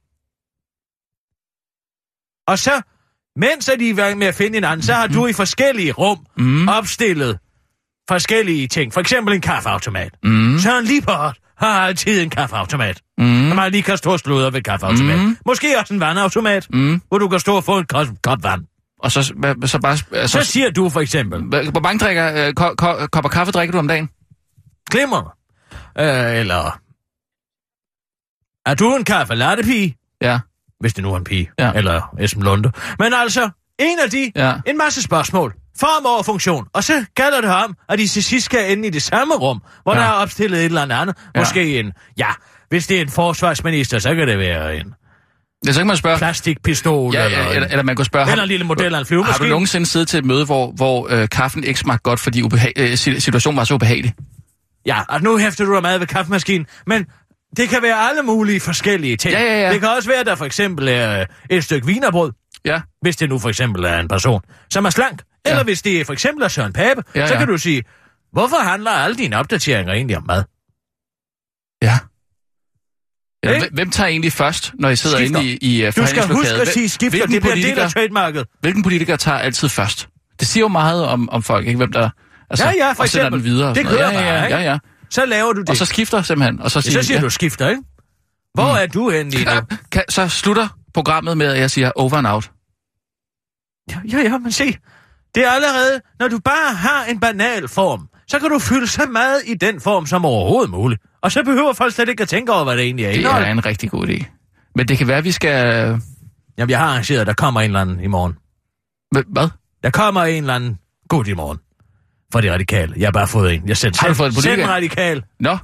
Og så, mens at I er i gang med at finde hinanden, så har du i forskellige rum mm. opstillet forskellige ting. For eksempel en kaffeautomat. Mm. Så en lige på har altid en kaffeautomat. Mm. Og man lige kan stå og sludre ved kaffeautomat. Mm. Måske også en vandautomat, mm. hvor du kan stå og få en kop vand. Og så, så bare... Altså, så siger du for eksempel... Hvor mange drikker, øh, ko- ko- kopper kaffe drikker du om dagen? Glimmer. Øh, eller... Er du en kaffe latte pige? Ja. Hvis det nu er en pige. Ja. Eller Esben Lunde. Men altså, en af de... Ja. En masse spørgsmål. Form over funktion. Og så gælder det om, at de til sidst skal ende i det samme rum, hvor ja. der er opstillet et eller andet. Måske ja. en... Ja, hvis det er en forsvarsminister, så kan det være en... Det så kan man spørge... Plastikpistol, ja, eller, ja, eller, eller man kan spørge... Eller en lille model af en flyvemaskine. Har du nogensinde siddet til et møde, hvor, hvor øh, kaffen ikke smagte godt, fordi ubehag, øh, situationen var så ubehagelig? Ja, og nu hæfter du dig meget ved kaffemaskinen, men det kan være alle mulige forskellige ting. Ja, ja, ja. Det kan også være, at der for eksempel er et stykke wienerbrød, ja. hvis det nu for eksempel er en person, som er slank. Ja. Eller hvis det er for eksempel er Søren Pape, ja, så kan ja. du sige, hvorfor handler alle dine opdateringer egentlig om mad? Ja. Ja, hvem tager egentlig først, når I sidder skifter. inde i, i uh, forhandlingslokalet? Du skal huske at sige skifter, det bliver del af trademarket. Hvilken politiker tager altid først? Det siger jo meget om, om folk, ikke? Hvem der altså, ja, ja, for og sætter den videre. Det kører ja, ja, ja, ja, ja. Så laver du det. Og så skifter simpelthen. Og så siger, ja, så siger ja. du skifter, ikke? Hvor mm. er du henne lige nu? Kan, så slutter programmet med, at jeg siger over and out. Ja, ja, ja, men se. Det er allerede, når du bare har en banal form, så kan du fylde så meget i den form som overhovedet muligt. Og så behøver folk slet ikke at tænke over, hvad det egentlig er. Det er en rigtig god idé. Men det kan være, at vi skal... Jamen, jeg har arrangeret, at der kommer en eller anden i morgen. Hvad? Der kommer en eller anden god i morgen. For det radikale. Jeg har bare fået en. Jeg sendte har du fået en politiker? Send en radikal. Nå.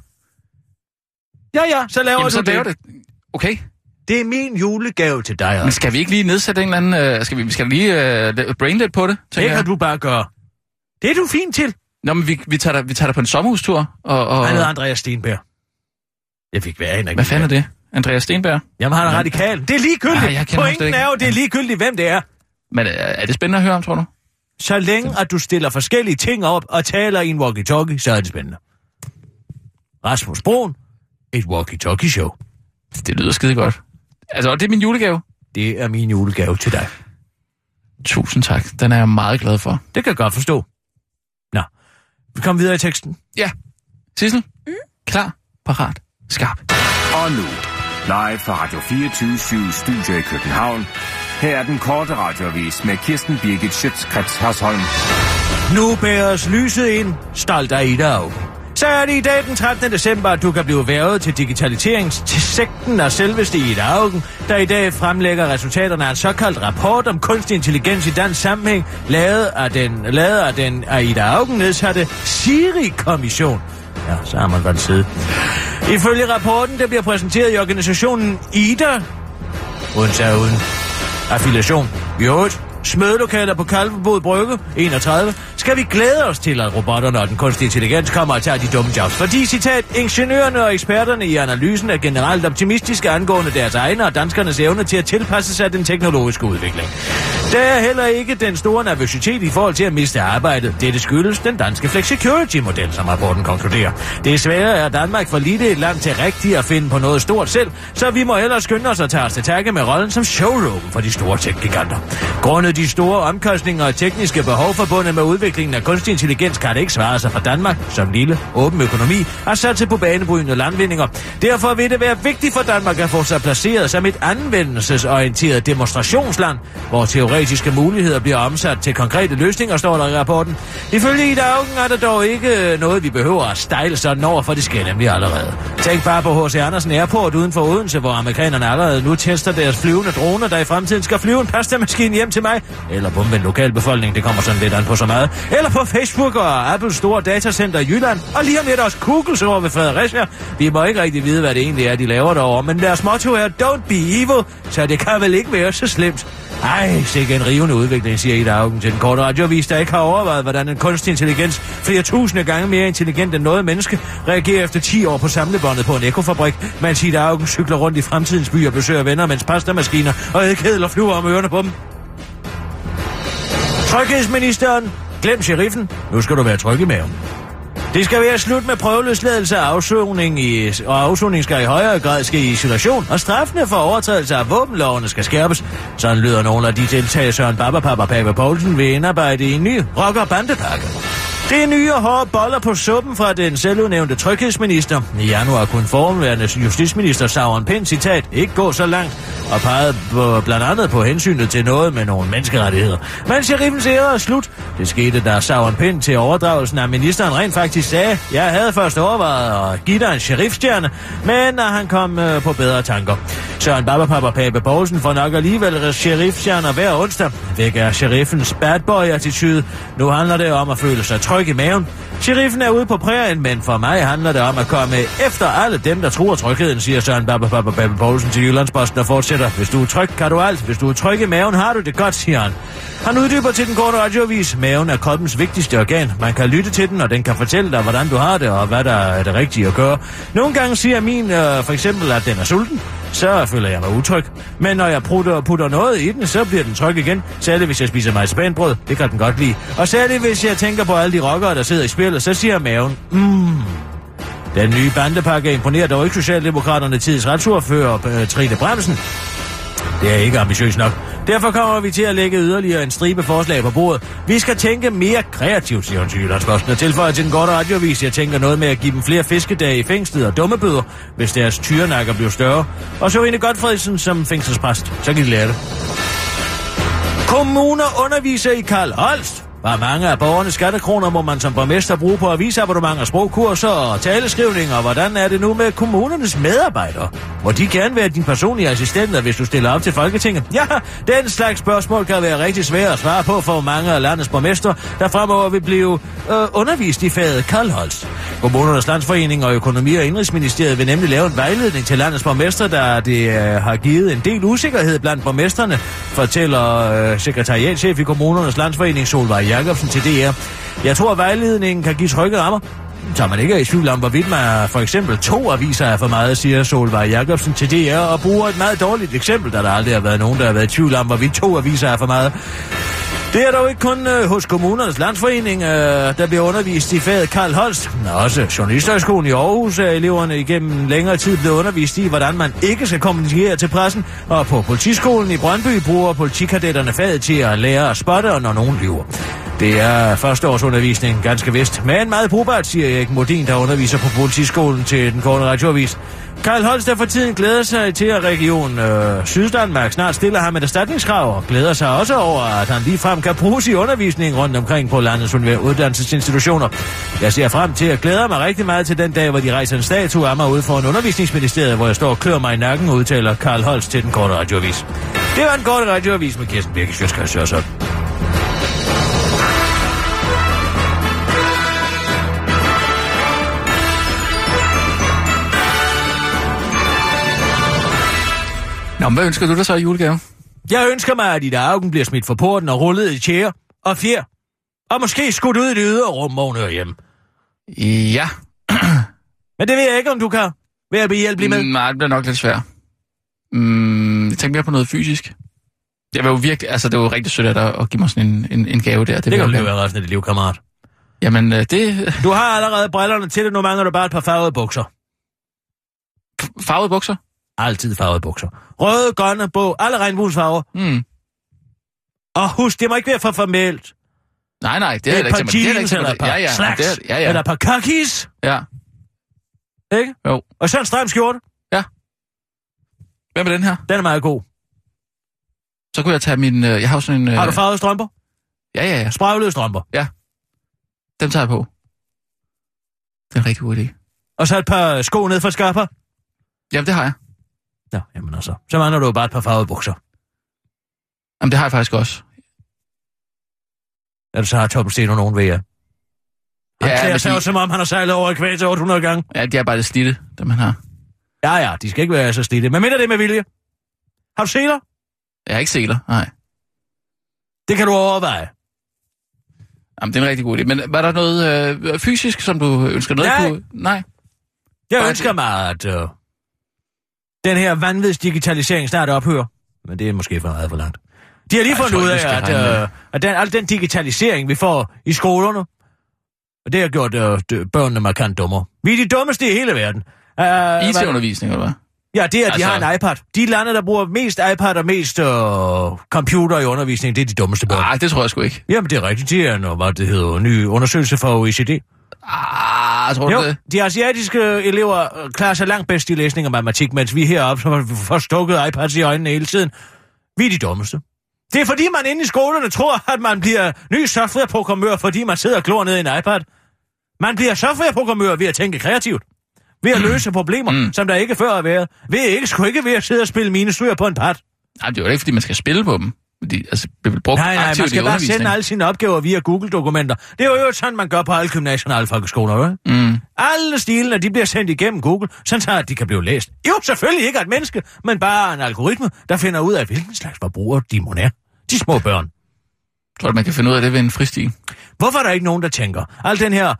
Ja, ja, så laver Jamen, du så det. Laver det. Okay. Det er min julegave til dig. Men skal vi ikke lige nedsætte en eller anden... Uh, skal vi, skal vi lige uh, brain lidt på det? Det kan du bare gøre. Det er du fint til. Nå, men vi, vi, tager dig, vi tager dig på en sommerhustur. Og, og... Han hedder Andreas Steenberg. Jeg fik være en. Hvad fanden er det? Andreas Steenberg? Jamen, han er radikal. Det er ligegyldigt. Ah, Pointen er jo, det er ligegyldigt, hvem det er. Men er det spændende at høre om, tror du? Så længe, at du stiller forskellige ting op og taler i en walkie-talkie, så er det spændende. Rasmus Broen, et walkie-talkie show. Det lyder skide godt. Altså, og det er min julegave? Det er min julegave til dig. Tusind tak. Den er jeg meget glad for. Det kan jeg godt forstå. Nå, vi kommer videre i teksten. Ja. Sissel? Mm. Klar, parat, skarp. Og nu, live fra Radio fireogtyve syv Studio i København. Her er den korte radioavis med Kirsten Birgit Schøtz-Krets Hørsholm. Nu bæres lyset ind, stolt af i dag. Så er det i dag den trettende december, at du kan blive værvet til digitaliseringssekten af selveste Ida Auken, der i dag fremlægger resultaterne af en såkaldt rapport om kunstig intelligens i dansk sammenhæng, lavet af den, lavet af den af Ida Auken nedsatte Siri-kommission. Ja, så har man godt siddet. Ifølge rapporten, der bliver præsenteret i organisationen Ida, uden sig uden affiliation, i øvrigt, smødelokaler på Kalvebod Brygge, enogtredive, skal vi glæde os til, at robotterne og den kunstige intelligens kommer og tager de dumme jobs. Fordi, citat, ingeniørerne og eksperterne i analysen er generelt optimistiske angående deres egne og danskernes evne til at tilpasse sig den teknologiske udvikling. Der er heller ikke den store nervøsitet i forhold til at miste arbejdet. Dette skyldes den danske flexicurity-model, som rapporten konkluderer. Det er sværere, at Danmark for lille et land til rigtigt at finde på noget stort selv, så vi må ellers skynde os at tage os til takke med rollen som showroom for de store tech-giganter. Grundet de store omkostninger og tekniske behov forbundet med udviklingen af kunstig intelligens kan det ikke svare sig for Danmark, som lille, åben økonomi, har sat sig på banebrydende landvindinger. Derfor vil det være vigtigt for Danmark at få sig placeret som et anvendelsesorienteret demonstrationsland, hvor teoretiske muligheder bliver omsat til konkrete løsninger, står der i rapporten. Ifølge Ida Auken er der dog ikke noget, vi behøver at stejle sådan over, for det sker nemlig allerede. Tænk bare på H C Andersen Airport uden for Odense, hvor amerikanerne allerede nu tester deres flyvende droner, der i fremtiden skal flyve en pastamaskine hjem til mig. Eller bombe en lokalbefolkning, det kommer sådan lidt an på så meget. Eller på Facebook og Apples store datacenter i Jylland. Og lige om lidt også Googles over ved Fredericia. Vi må ikke rigtig vide, hvad det egentlig er, de laver derovre. Men deres motto er, don't be evil, så det kan vel ikke være så slemt. Ej, sikke en rivende udvikling, siger Ida Auken til den korte radioavis, der ikke har overvejet, hvordan en kunstig intelligens flere tusinde gange mere intelligent end noget menneske reagerer efter ti år på samlebåndet på en ekofabrik, mens Ida Auken cykler rundt i fremtidens by og besøger venner, mens pastamaskiner og ædkedler flyver om ørerne på dem. Tryghedsministeren, glem sheriffen, nu skal du være tryg i maven. Det skal være slut med prøveløsladelse af afsoning i, og afsoning skal i højere grad ske i isolation, og straffene for overtrædelse af våbenlovene skal skærpes. Sådan lyder nogle af de deltagere, Søren Babapapa Pape Poulsen vil indarbejde i en ny rock- og bandepakke. Det er nye og hårde boller på suppen fra den selvudnævnte tryghedsminister. I januar kunne forhenværende justitsminister Sauron Pind, citat, ikke gå så langt, og pegede på, blandt andet på hensynet til noget med nogle menneskerettigheder. Men sheriffens ære er slut. Det skete, da Sauron Pind til overdragelsen af ministeren rent faktisk sagde, jeg havde først overvejet at give dig en sheriffstjerne, men når han kom øh, på bedre tanker. Søren Babapapa Pape Poulsen får nok alligevel sheriffstjerner hver onsdag. Væk er sheriffens bad boy-attitude. Nu handler det om at føle sig tryg i maven. Sheriffen er ude på prærien, men for mig handler det om at komme efter alle dem, der truer trygheden, siger Søren Babapapa Pape Poulsen til Jyllandsposten og fortsætter. Hvis du er tryg, kan du alt. Hvis du er tryg i maven, har du det godt, siger han. Han uddyber til den korte radioavis. Maven er kroppens vigtigste organ. Man kan lytte til den, og den kan fortælle dig, hvordan du har det, og hvad der er det rigtige at gøre. Nogle gange siger min øh, for eksempel, at den er sulten. Så føler jeg mig utryg. Men når jeg putter, putter noget i den, så bliver den tryg igen. Særligt hvis jeg spiser marcipanbrød. Det kan den godt lide. Og særligt hvis jeg tænker på alle de rockere, der sidder i spillet, så siger maven, mm. Den nye bandepakke imponerer dog ikke Socialdemokraterne tids retsordfører øh, Trine Bremsen. Det er ikke ambitiøst nok. Derfor kommer vi til at lægge yderligere en stribe forslag på bordet. Vi skal tænke mere kreativt, siger hun til Jyllandsposten, og tilføjer til den korte radioavis. Jeg tænker noget med at give dem flere fiskedage i fængslet og dummebøder, hvis deres tyrenakker bliver større. Og så Ine Godfredsen som fængselspræst. Så kan de lære det. Kommuner underviser i Karl Holst. Hvor mange af borgernes skattekroner må man som borgmester bruge på avisabonnementer, sprogkurser og taleskrivninger? Hvordan er det nu med kommunernes medarbejdere? Må de gerne være din personlige assistenter, hvis du stiller op til Folketinget? Ja, den slags spørgsmål kan være rigtig svære at svare på for mange af landets borgmestre, der fremover vil blive øh, undervist i faget Karl Holst. Kommunernes Landsforening og Økonomi- og Indrigsministeriet vil nemlig lave en vejledning til landets borgmestre, der det øh, har givet en del usikkerhed blandt borgmestrene, fortæller øh, sekretariatchef i Kommunernes Landsforening Solvej Jacobsen til D R. Jeg tror, at vejledningen kan give trygge rammer, så man ikke er i tvivl om, hvorvidt man for eksempel to aviser er for meget, siger Solvej Jacobsen til D R, og bruger et meget dårligt eksempel, da der aldrig har været nogen, der har været i tvivl om, hvorvidt to aviser er for meget. Det er dog ikke kun øh, hos Kommunernes Landsforening, øh, der bliver undervist i faget Karl Holst. Også Journalisthøjskolen i Aarhus er eleverne igennem længere tid blevet undervist i, hvordan man ikke skal kommunikere til pressen. Og på Politiskolen i Brøndby bruger politikadetterne faget til at lære at spotte, når nogen lyver. Det er førsteårsundervisning, ganske vist. Men meget brugbart, siger Erik Modin, der underviser på Politiskolen til den korte radioavis. Karl Holst, der for tiden glæder sig til, at region øh, Syddanmark snart stiller ham et erstatningskrav, og glæder sig også over, at han ligefrem kan bruges i undervisning rundt omkring på landets uddannelsesinstitutioner. Jeg ser frem til at glæde mig rigtig meget til den dag, hvor de rejser en statue af mig ude for en undervisningsministeriet, hvor jeg står og klør mig i nakken, udtaler Karl Holst til den korte radioavis. Det var den korte radioavis med Kirsten Birgit Sjøtskreds Hørsholm. Nå, hvad ønsker du dig så i julegave? Jeg ønsker mig, at Ida Auken bliver smidt for porten og rullet i tjære og fjer. Og måske skudt ud i det ydre rum, hvor hun hører hjemme. Ja. Men det ved jeg ikke, om du kan. Vil jeg behjælpelig med? Nej, det bliver nok lidt svært. Mm, jeg tænker mere på noget fysisk. Det var jo virkelig, altså det var jo rigtig sødt af dig at give mig sådan en, en, en gave der. Det, det kan du leve af resten af dit liv, kammerat. Jamen, det... Du har allerede brillerne til det, nu mangler du bare et par farvede bukser. Farvede bukser? Altid farvede bukser. Røde, grønne, blå, alle regnbuesfarver. Mm. Og husk, det må ikke være for formelt. Nej, nej, det er et ikke par jeans, eller et par ja, ja, slacks, det er, ja, ja. eller et par khakis. Ja. Ikke? Jo. Og så en stram skjorte. Ja. Hvad med den her? Den er meget god. Så kunne jeg tage min... Øh, jeg har sådan en... Øh... Har du farvede strømper? Ja, ja, ja. Spraglede strømper? Ja. Dem tager jeg på. Det er en rigtig god idé. Og så et par sko ned for skarper? Jamen, det har jeg. Ja, jamen altså. Så mangler du bare et par farvede bukser. Jamen, det har jeg faktisk også. Eller så har Torben Steno nogen ved jer. Han ja, klæder sig de... jo, som om han har sejlet over ekvator otte hundrede gange. Ja, de er bare lidt slidte, dem han har. Ja, ja, de skal ikke være så slidte. Men mindre det med vilje. Har du seler? Jeg har ikke seler, nej. Det kan du overveje. Jamen, det er en rigtig god idé. Men var der noget øh, fysisk, som du ønsker noget Nej. på? Nej. Jeg Bare ønsker det... mig, at øh, den her vanvids digitalisering snart ophører. Men det er måske for meget for langt. De har lige fundet ud af, at, øh, at den, al den digitalisering, vi får i skolerne, og det har gjort øh, børnene markant dummere. Vi er de dummeste i hele verden. Uh, I T-undervisning, eller hvad? Ja, det er, at altså... de har en iPad. De lande, der bruger mest iPad og mest øh, computer i undervisning, det er de dummeste børn. Nej, det tror jeg sgu ikke. Jamen, det er rigtigt. Det er noget, hvad det hedder, en ny undersøgelse fra O E C D. Ah, tror du jo, det? De asiatiske elever klarer sig langt bedst i læsning og matematik, mens vi heroppe får stukket iPads i øjnene hele tiden. Vi er de dummeste. Det er fordi, man inde i skolerne tror, at man bliver ny softwareprogrammør, fordi man sidder og glor ned i en iPad. Man bliver softwareprogrammør ved at tænke kreativt. Ved at løse problemer, mm. som der ikke før har været. Ved ikke, sgu ikke ved at sidde og spille minestryger på en pad. Nej, det er jo ikke, fordi man skal spille på dem. De, altså, det bliver brugt nej, nej, aktivt man skal i bare sende alle sine opgaver via Google-dokumenter. Det er jo sådan, man gør på alle gymnasierne og alle folkeskoler, ikke? Mm. Alle stilene, de bliver sendt igennem Google, sådan så at de kan blive læst. Jo, selvfølgelig ikke et menneske, men bare en algoritme, der finder ud af, hvilken slags forbruger de må er. De små børn. Tror du, man kan finde ud af det ved en fristil? Hvorfor er der ikke nogen, der tænker, al den her,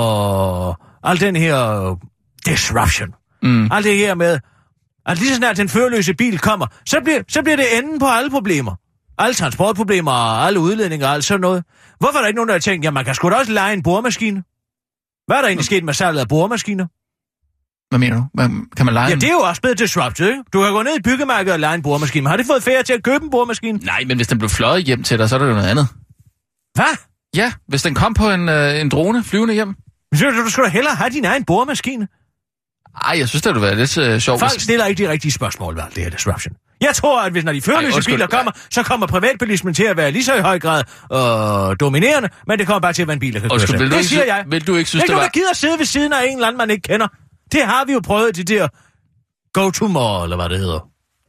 og al den her uh, disruption, mm. alt det her med, at lige så snart den førerløse bil kommer, så bliver, så bliver det enden på alle problemer. Alle transportproblemer og alle udledninger og alt sådan noget. Hvorfor er der ikke nogen, der har tænkt, ja, man kan sgu da også lege en boremaskine? Hvad er der egentlig sket med salget af boremaskiner? Hvad mener du? Hvad, kan man lege Ja, en... det er jo også blevet disrupted, ikke? Du kan gå ned i byggemarkedet og lege en boremaskine. Har det fået færre til at købe en boremaskine? Nej, men hvis den blev fløjet hjem til dig, så er det jo noget andet. Hvad? Ja, hvis den kom på en, øh, en drone flyvende hjem. Så du, du skulle da hellere have din egen boremaskine. Ej, jeg synes, det ville være lidt øh, sjovt. Folk stiller ikke de rigtige spørgsmål ved alt det her disruption. Jeg tror, at hvis når de førerløse biler kommer, så kommer privatbilismen til at være lige så i høj grad øh, dominerende, men det kommer bare til at være en bil, der kan køre sig. Det Det siger jeg. Vil du ikke synes, det det var... der gider sidde ved siden af en eller anden, man ikke kender. Det har vi jo prøvet til det der go-to-mall, eller hvad det hedder.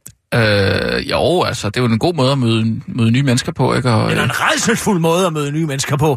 Øh, jo, altså, det er jo en god måde at møde, møde nye mennesker på, ikke? Og, det er en rædselsfuld måde at møde nye mennesker på.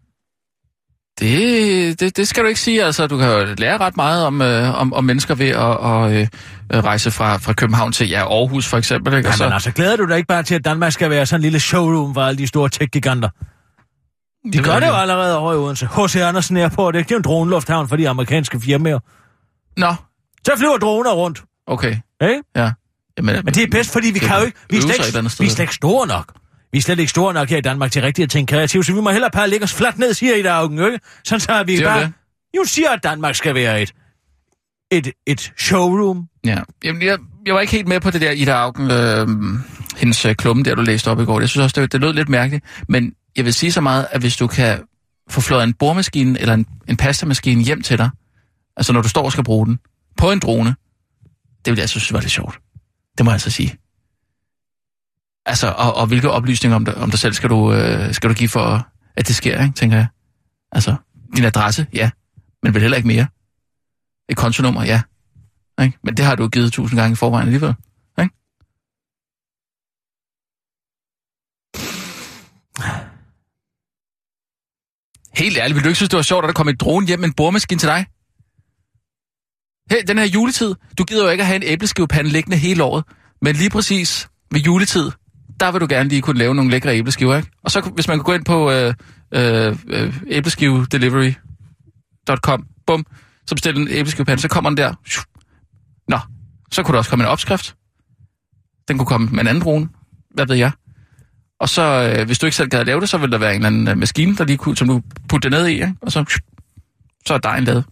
Det, det, det skal du ikke sige, altså. Du kan jo lære ret meget om, øh, om, om mennesker ved at og, øh, rejse fra, fra København til ja, Aarhus, for eksempel, ikke? Ja, men altså, glæder du dig ikke bare til, at Danmark skal være sådan en lille showroom for alle de store tech-giganter? De det gør det jo allerede over i Odense. H C Andersen Airport, det er jo en dronelufthavn for de amerikanske firmaer. Nå. Så flyver droner rundt. Okay. Ikke? Ja. Jamen, men det er bedst, fordi vi kan jo ikke... Vi er slet ikke, vi er slet ikke store nok. Vi er slet ikke store nok her i Danmark til rigtigt at tænke kreativt, så vi må hellere bare lægge os fladt ned, siger I der, ikke? Sådan så er vi siger bare... Det. Jo, siger, at Danmark skal være et, et, et showroom. Ja, Jamen, jeg, jeg var ikke helt med på det der, Ida Auken, øh, hendes øh, klumme der, du læste op i går. Jeg synes også, det, det lød lidt mærkeligt. Men jeg vil sige så meget, at hvis du kan få flået en boremaskine eller en, en pastamaskine hjem til dig, altså når du står og skal bruge den, på en drone, det vil jeg altså synes var lidt sjovt. Det må jeg altså sige. Altså, og, og hvilke oplysninger om, om dig selv skal du, øh, skal du give for, at det sker, ikke, tænker jeg. Altså, din adresse, ja, men vel heller ikke mere. Et kontonummer, ja. Ikke? Men det har du givet tusind gange i forvejen alligevel. Ikke? Helt ærligt, vil du ikke synes, det var sjovt, at der kom et drone hjem med en boremaskine til dig? Hey, den her juletid, du gider jo ikke at have en æbleskivepande liggende hele året, men lige præcis ved juletid, der vil du gerne lige kunne lave nogle lækre æbleskiver, ikke? Og så hvis man kan gå ind på øh, øh, øh, æbleskivedelivery punktum com, bum, så bestiller en æbleskivepande, så kommer den der. Nå, så kunne der også komme en opskrift. Den kunne komme med en anden brune. Hvad ved jeg? Og så, øh, hvis du ikke selv gad lave det, så vil der være en eller anden øh, maskine, der lige kunne, som du putter det ned i, ikke? Og så, så er dejen lavet.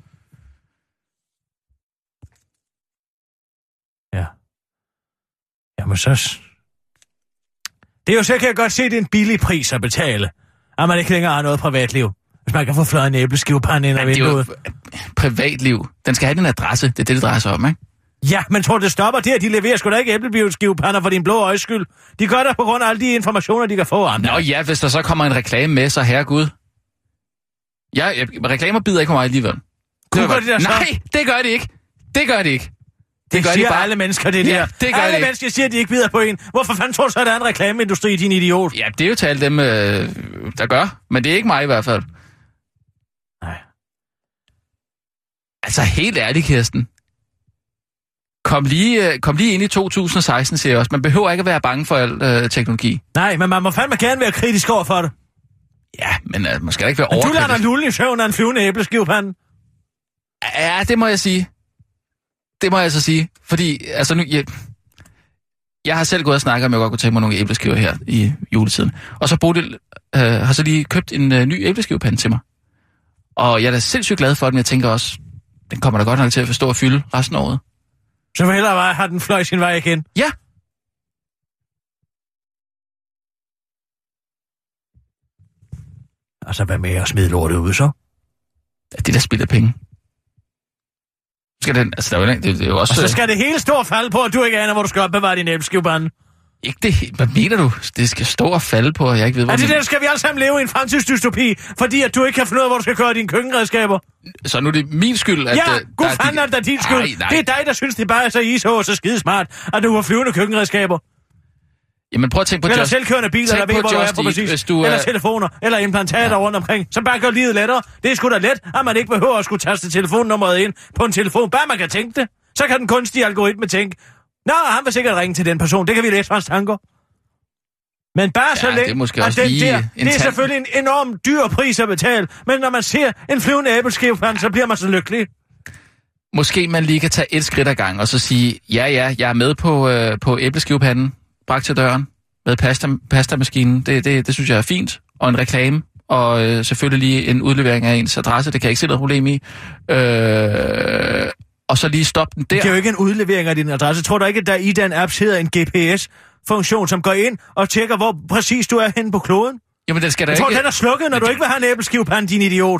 Ja. Jamen så... Det er jo så, kan jeg godt se, det er en billig pris at betale. At man ikke længere har noget privatliv. Hvis man kan få fløjet en æbleskivepande ind ad vinduet. Privatliv. Den skal have en adresse. Det er det, det drejer sig om, ikke? Ja, men tror du, det stopper der? De leverer sgu da ikke æbleskivepander for din blå øjes skyld. De gør det på grund af alle de informationer, de kan få om det. Nå ja, hvis der så kommer en reklame med, så herregud. Ja, jeg, reklamer bider ikke på mig alligevel. Det gør de der så? Nej, det gør de ikke. Det gør de ikke. Det, det gør siger de bare alle mennesker, det ja, der. Det gør alle de mennesker siger, at de ikke bider på en. Hvorfor fanden tror du så, at der er en reklameindustri, din idiot? Ja, det er jo til alle dem, øh, der gør. Men det er ikke mig i hvert fald. Nej. Altså helt ærligt, Kirsten. Kom lige, kom lige ind i to tusind og seksten, siger jeg også. Man behøver ikke at være bange for al øh, teknologi. Nej, men man må fandme gerne være kritisk over for det. Ja, men øh, man skal da ikke være overkritisk. Men du lader dig lulle i søvn af en flyvende æbleskivepande. Ja, det må jeg sige. Det må jeg så sige. Fordi, altså nu... Jeg, jeg har selv gået og snakket om, jeg godt kunne tænke mig nogle æbleskiver her i juletiden. Og så Bodil øh, har så lige købt en øh, ny æbleskivepande til mig. Og jeg er da sindssygt glad for den. Jeg tænker også, den kommer da godt nok til at forstå at fylde resten af året. Så vil hellere bare have den fløj sin vej igen. Ja. Altså, hvad med at smide lortet ud så? Det der spilder penge. Skal den, altså, der er jo, det, det er jo også... Og så skal det hele stå og falde på, at du ikke aner, hvor du skal opbevare din æbleskivepande. Ikke det. Hvad mener du? Det skal stå og falde på, at jeg ikke ved, hvor... Er det der, skal vi alle sammen leve i en fremtidsdystopi, fordi at du ikke kan finde ud af, hvor du skal køre dine køkkenredskaber? Så nu er det min skyld, at... Ja, der, god der fanden er det da din skyld. Nej, nej. Det er dig, der synes, det bare er så ishå og så skidesmart, at du har flyvende køkkenredskaber. Jamen prøv at tænke på... Eller Just, selvkørende biler, der ved, hvor du er på præcis. Du, eller uh... telefoner, eller implantater ja. rundt omkring, som bare gør livet lettere. Det er sgu da let, at man ikke behøver at skulle taste telefonnummeret ind på en telefon. Bare man kan tænke det. Så kan den kunstige algoritme tænke, nå, han vil sikkert ringe til den person. Det kan vi læse fra hans tanker. Men bare ja, så længe, det er, måske at også den lige der, en det er tand. selvfølgelig en enorm dyr pris at betale. Men når man ser en flyvende æbleskivepande, så bliver man så lykkelig. Måske man lige kan tage et skridt ad gang og så sige, ja, ja, jeg er med på, øh, på æbleskivepanden, bragt til døren, med pasta, pastamaskinen. Det, det, det synes jeg er fint. Og en reklame. Og øh, selvfølgelig lige en udlevering af ens adresse. Det kan jeg ikke se noget problem i. Øh, og så lige stoppe den der. Det er jo ikke en udlevering af din adresse. Tror du ikke, at der i den app sidder en G P S-funktion, som går ind og tjekker, hvor præcis du er henne på kloden? Jamen, den skal da jeg ikke... tror, den er slukket, når du ikke vil have en æbleskivepande, din idiot.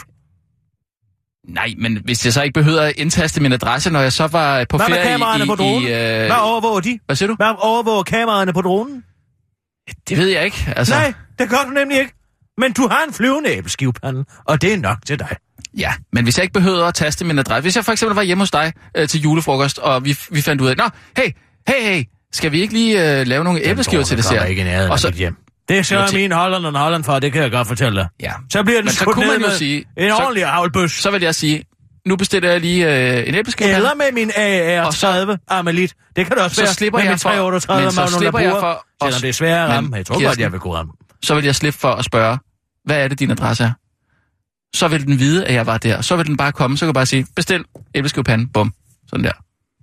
Nej, men hvis jeg så ikke behøver at indtaste min adresse, når jeg så var på Hvad ferie i... Hvad med kameraerne i, på dronen? I, øh... Hvad overvåger de? Hvad siger du? Hvad overvåger kameraerne på dronen? Det ved jeg ikke, altså... Nej, det gør du nemlig ikke. Men du har en flyvende æbleskivepande, og det er nok til dig. Ja, men hvis jeg ikke behøver at taste min adresse... Hvis jeg for eksempel var hjemme hos dig øh, til julefrokost, og vi, vi fandt ud af... Nå, hey, hey, hey, skal vi ikke lige øh, lave nogle æbleskiver til dessert? Den ikke i nærheden af så... mit hjem. Det sørger min Holland og Holland for, det kan jeg godt fortælle dig. Ja. Så bliver den skudt ned med sige, en så, ordentlig avlbøs. Så vil jeg sige, nu bestiller jeg lige øh, en æbleskivepande. Eller med min A R tredive Armalit. Det kan du også så være slipper med jeg min for, tre otteogtredive men så slipper jeg for... Selvom det er svært at ramme. Jeg tror godt, jeg vil gå ramme. Så vil jeg slippe for at spørge, hvad er det, din adresse er? Så vil den vide, at jeg var der. Så vil den bare komme, så kan jeg bare sige, bestil æbleskivepande, bum. Sådan der.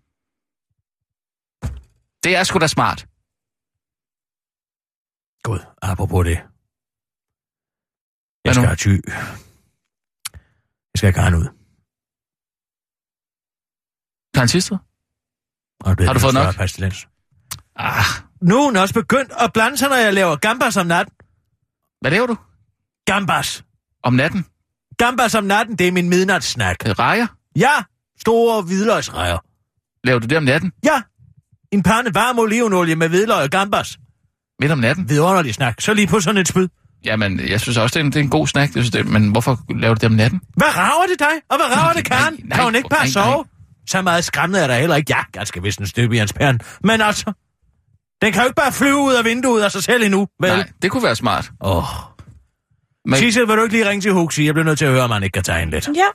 Det er sgu da smart. God, apropos det. Jeg skal have ty. Jeg skal have karn ud. Karn sidste? Har du fået nok? Pestilens. Ah. Nu er hun også begyndt at blande sig, når jeg laver gambas om natten. Hvad laver du? Gambas. Om natten? Gambas om natten, det er min midnatssnack. Rejer? Ja, store hvidløgsrejer. Laver du det om natten? Ja. En pande varm olivenolie med hvidløg og gambas. Midt om natten? Vidunderlig snak. Så lige på sådan et spyd. Jamen, jeg synes også, det er en, det er en god snack. Det, det, men hvorfor laver du det om natten? Hvad rager det dig? Og hvad rager det Karen? Nej, nej, kan hun ikke bare nej, sove? nej. Så meget skræmmet er der heller ikke. Ja, ganske vist en støb i hans pæren. Men altså, den kan jo ikke bare flyve ud af vinduet af sig selv endnu, vel? Nej, det kunne være smart. Åh. Oh. Men... Sissel, vil du ikke lige ringe til Huxi? Jeg bliver nødt til at høre, om han ikke kan tage en lidt. Ja.